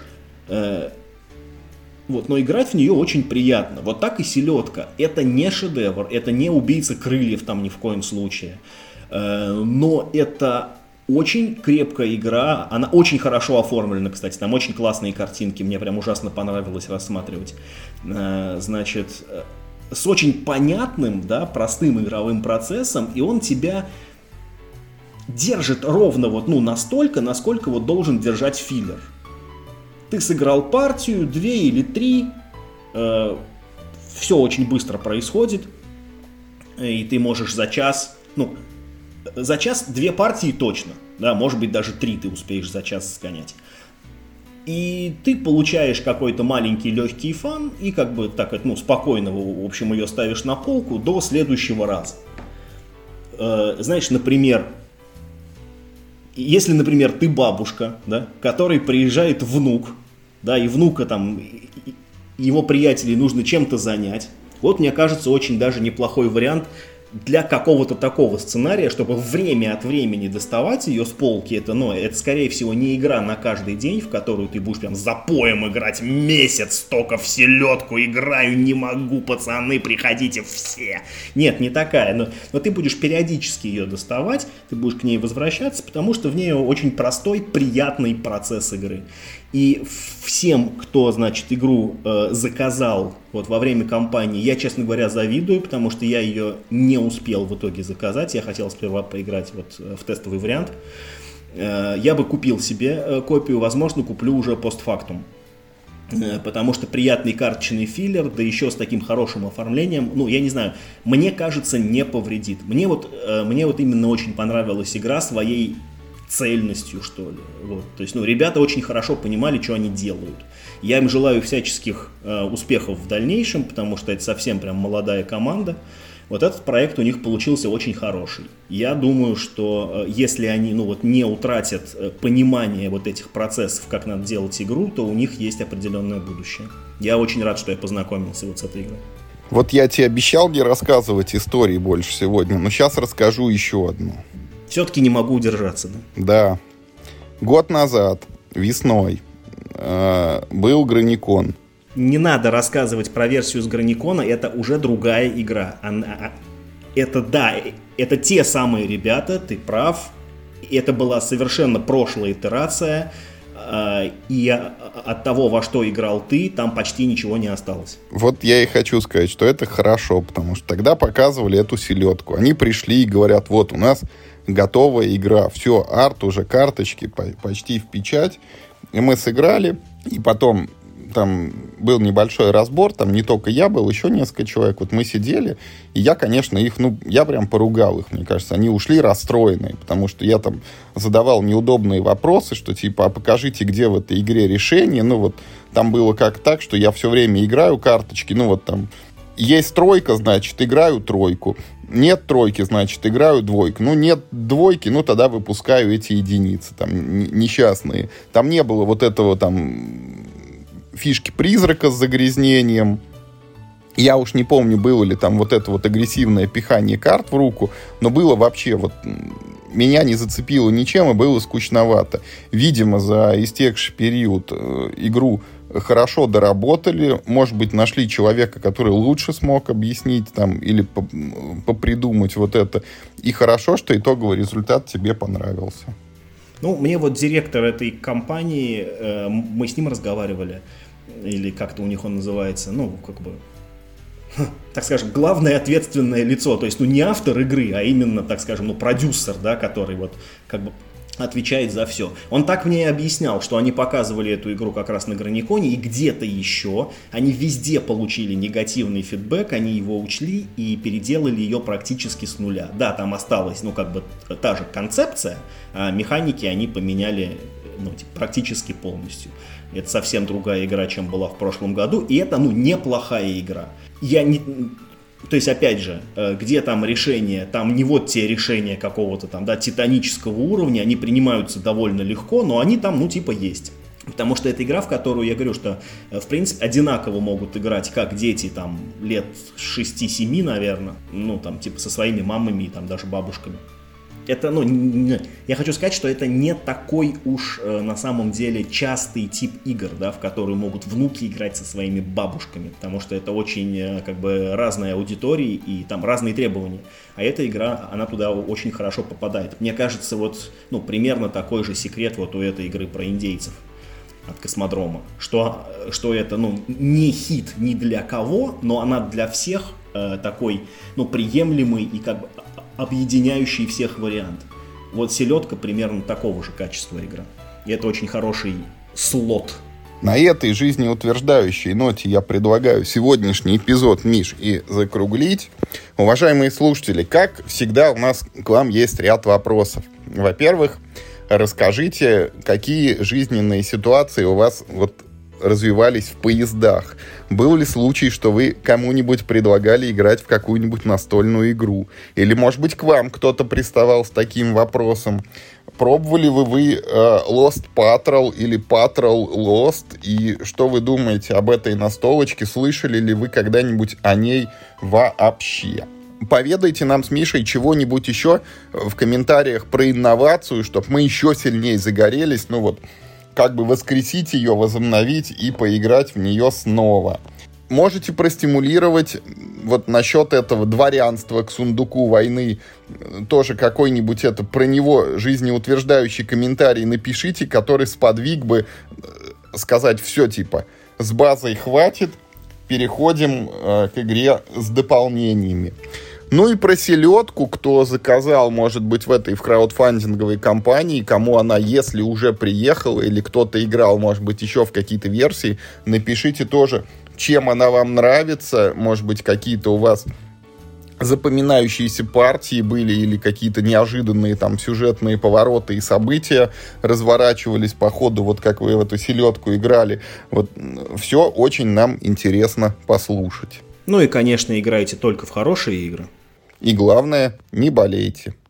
вот, но играть в нее очень приятно. Вот так и «Селедка». Это не шедевр, это не «Убийца крыльев» там ни в коем случае. Но это очень крепкая игра, она очень хорошо оформлена, кстати, там очень классные картинки, мне прям ужасно понравилось рассматривать. Значит, с очень понятным, да, простым игровым процессом, и он тебя держит ровно вот, ну, настолько, насколько вот должен держать филлер. Ты сыграл партию, две или три, э, все очень быстро происходит, и ты можешь за час, ну, за час две партии точно, да, может быть даже три ты успеешь за час сгонять. И ты получаешь какой-то маленький легкий фан и как бы так, ну, спокойно, в общем, ее ставишь на полку до следующего раза. Э, знаешь, например, если, например, ты бабушка, да, которой приезжает внук, да, и внука там, его приятелей нужно чем-то занять, вот, мне кажется, очень даже неплохой вариант для какого-то такого сценария, чтобы время от времени доставать ее с полки. Это, ну, это, скорее всего, не игра на каждый день, в которую ты будешь прям запоем играть месяц, только в селедку играю, не могу, пацаны, приходите все. Нет, не такая, но, но ты будешь периодически ее доставать, ты будешь к ней возвращаться, потому что в ней очень простой, приятный процесс игры. И всем, кто, значит, игру э, заказал вот во время кампании, я, честно говоря, завидую, потому что я ее не успел в итоге заказать. Я хотел сперва поиграть вот в тестовый вариант. Э, я бы купил себе э, копию, возможно, куплю уже постфактум. Э, потому что приятный карточный филлер, да еще с таким хорошим оформлением, ну, я не знаю, мне кажется, не повредит. Мне вот, э, мне вот именно очень понравилась игра своей цельностью, что ли. Вот. То есть, ну, ребята очень хорошо понимали, что они делают. Я им желаю всяческих э, успехов в дальнейшем, потому что это совсем прям молодая команда. Вот этот проект у них получился очень хороший. Я думаю, что э, если они, ну, вот, не утратят э, понимание вот этих процессов, как надо делать игру, то у них есть определенное будущее. Я очень рад, что я познакомился вот с этой игрой. Вот я тебе обещал не рассказывать истории больше сегодня, но сейчас расскажу еще одну. Все-таки не могу удержаться, да? Да. Год назад, весной, э, был Граникон. Не надо рассказывать про версию с Граникона, это уже другая игра. Она, это, да, это те самые ребята, ты прав. Это была совершенно прошлая итерация, э, и от того, во что играл ты, там почти ничего не осталось. Вот я и хочу сказать, что это хорошо, потому что тогда показывали эту селедку. Они пришли и говорят, вот у нас готовая игра, все, арт уже, карточки почти в печать. И мы сыграли, и потом там был небольшой разбор, там не только я был, еще несколько человек. Вот мы сидели, и я, конечно, их, ну, я прям поругал их, мне кажется. Они ушли расстроенные, потому что я там задавал неудобные вопросы, что типа, а покажите, где в этой игре решение. Ну, вот там было как так, что я все время играю карточки, ну, вот там есть тройка, значит, играю тройку. Нет тройки, значит, играю двойку. Ну, нет двойки, ну, тогда выпускаю эти единицы, там, несчастные. Там не было вот этого, там, фишки призрака с загрязнением. Я уж не помню, было ли там вот это вот агрессивное пихание карт в руку, но было вообще вот... Меня не зацепило ничем, и было скучновато. Видимо, за истекший период э, игру хорошо доработали. Может быть, нашли человека, который лучше смог объяснить там, или попридумать вот это. И хорошо, что итоговый результат тебе понравился. Ну, мне вот директор этой компании, э, мы с ним разговаривали, или как-то у них он называется, ну, как бы... так скажем, главное ответственное лицо, то есть, ну, не автор игры, а именно, так скажем, ну, продюсер, да, который вот, как бы, отвечает за все. Он так мне и объяснял, что они показывали эту игру как раз на Граниконе, и где-то еще они везде получили негативный фидбэк, они его учли и переделали ее практически с нуля. Да, там осталась, ну, как бы, та же концепция, а механики они поменяли, ну, типа, практически полностью. Это совсем другая игра, чем была в прошлом году, и это, ну, неплохая игра. Я не... То есть, опять же, где там решения, там не вот те решения какого-то там, да, титанического уровня, они принимаются довольно легко, но они там, ну, типа, есть. Потому что это игра, в которую, я говорю, что, в принципе, одинаково могут играть как дети, там, лет шести-семи, наверное, ну, там, типа, со своими мамами и там даже бабушками. Это, ну, не, я хочу сказать, что это не такой уж э, на самом деле частый тип игр, да, в которые могут внуки играть со своими бабушками, потому что это очень, э, как бы, разная аудитория и там разные требования. А эта игра, она туда очень хорошо попадает. Мне кажется, вот, ну, примерно такой же секрет вот у этой игры про индейцев от Космодрома, что, что это, ну, не хит ни для кого, но она для всех э, такой, ну, приемлемый и как бы объединяющий всех вариант. Вот «Селедка» примерно такого же качества игра. И это очень хороший слот. На этой жизнеутверждающей ноте я предлагаю сегодняшний эпизод, Миш, и закруглить. Уважаемые слушатели, как всегда, у нас к вам есть ряд вопросов. Во-первых, расскажите, какие жизненные ситуации у вас вот развивались в поездах. Был ли случай, что вы кому-нибудь предлагали играть в какую-нибудь настольную игру? Или, может быть, к вам кто-то приставал с таким вопросом? Пробовали вы вы э, Lost Patrol или Patrol Lost? И что вы думаете об этой настолочке? Слышали ли вы когда-нибудь о ней вообще? Поведайте нам с Мишей чего-нибудь еще в комментариях про инновацию, чтобы мы еще сильнее загорелись. Ну вот, как бы воскресить ее, возобновить и поиграть в нее снова. Можете простимулировать вот насчет этого дворянства к сундуку войны. Тоже какой-нибудь это про него жизнеутверждающий комментарий напишите, который сподвиг бы сказать все, типа, с базой хватит, переходим э, к игре с дополнениями. Ну и про селедку, кто заказал, может быть, в этой в краудфандинговой компании, кому она, если уже приехала, или кто-то играл, может быть, еще в какие-то версии, напишите тоже, чем она вам нравится, может быть, какие-то у вас запоминающиеся партии были или какие-то неожиданные там сюжетные повороты и события разворачивались по ходу, вот как вы в эту селедку играли. Вот все очень нам интересно послушать. Ну и, конечно, играйте только в хорошие игры. И главное, не болейте.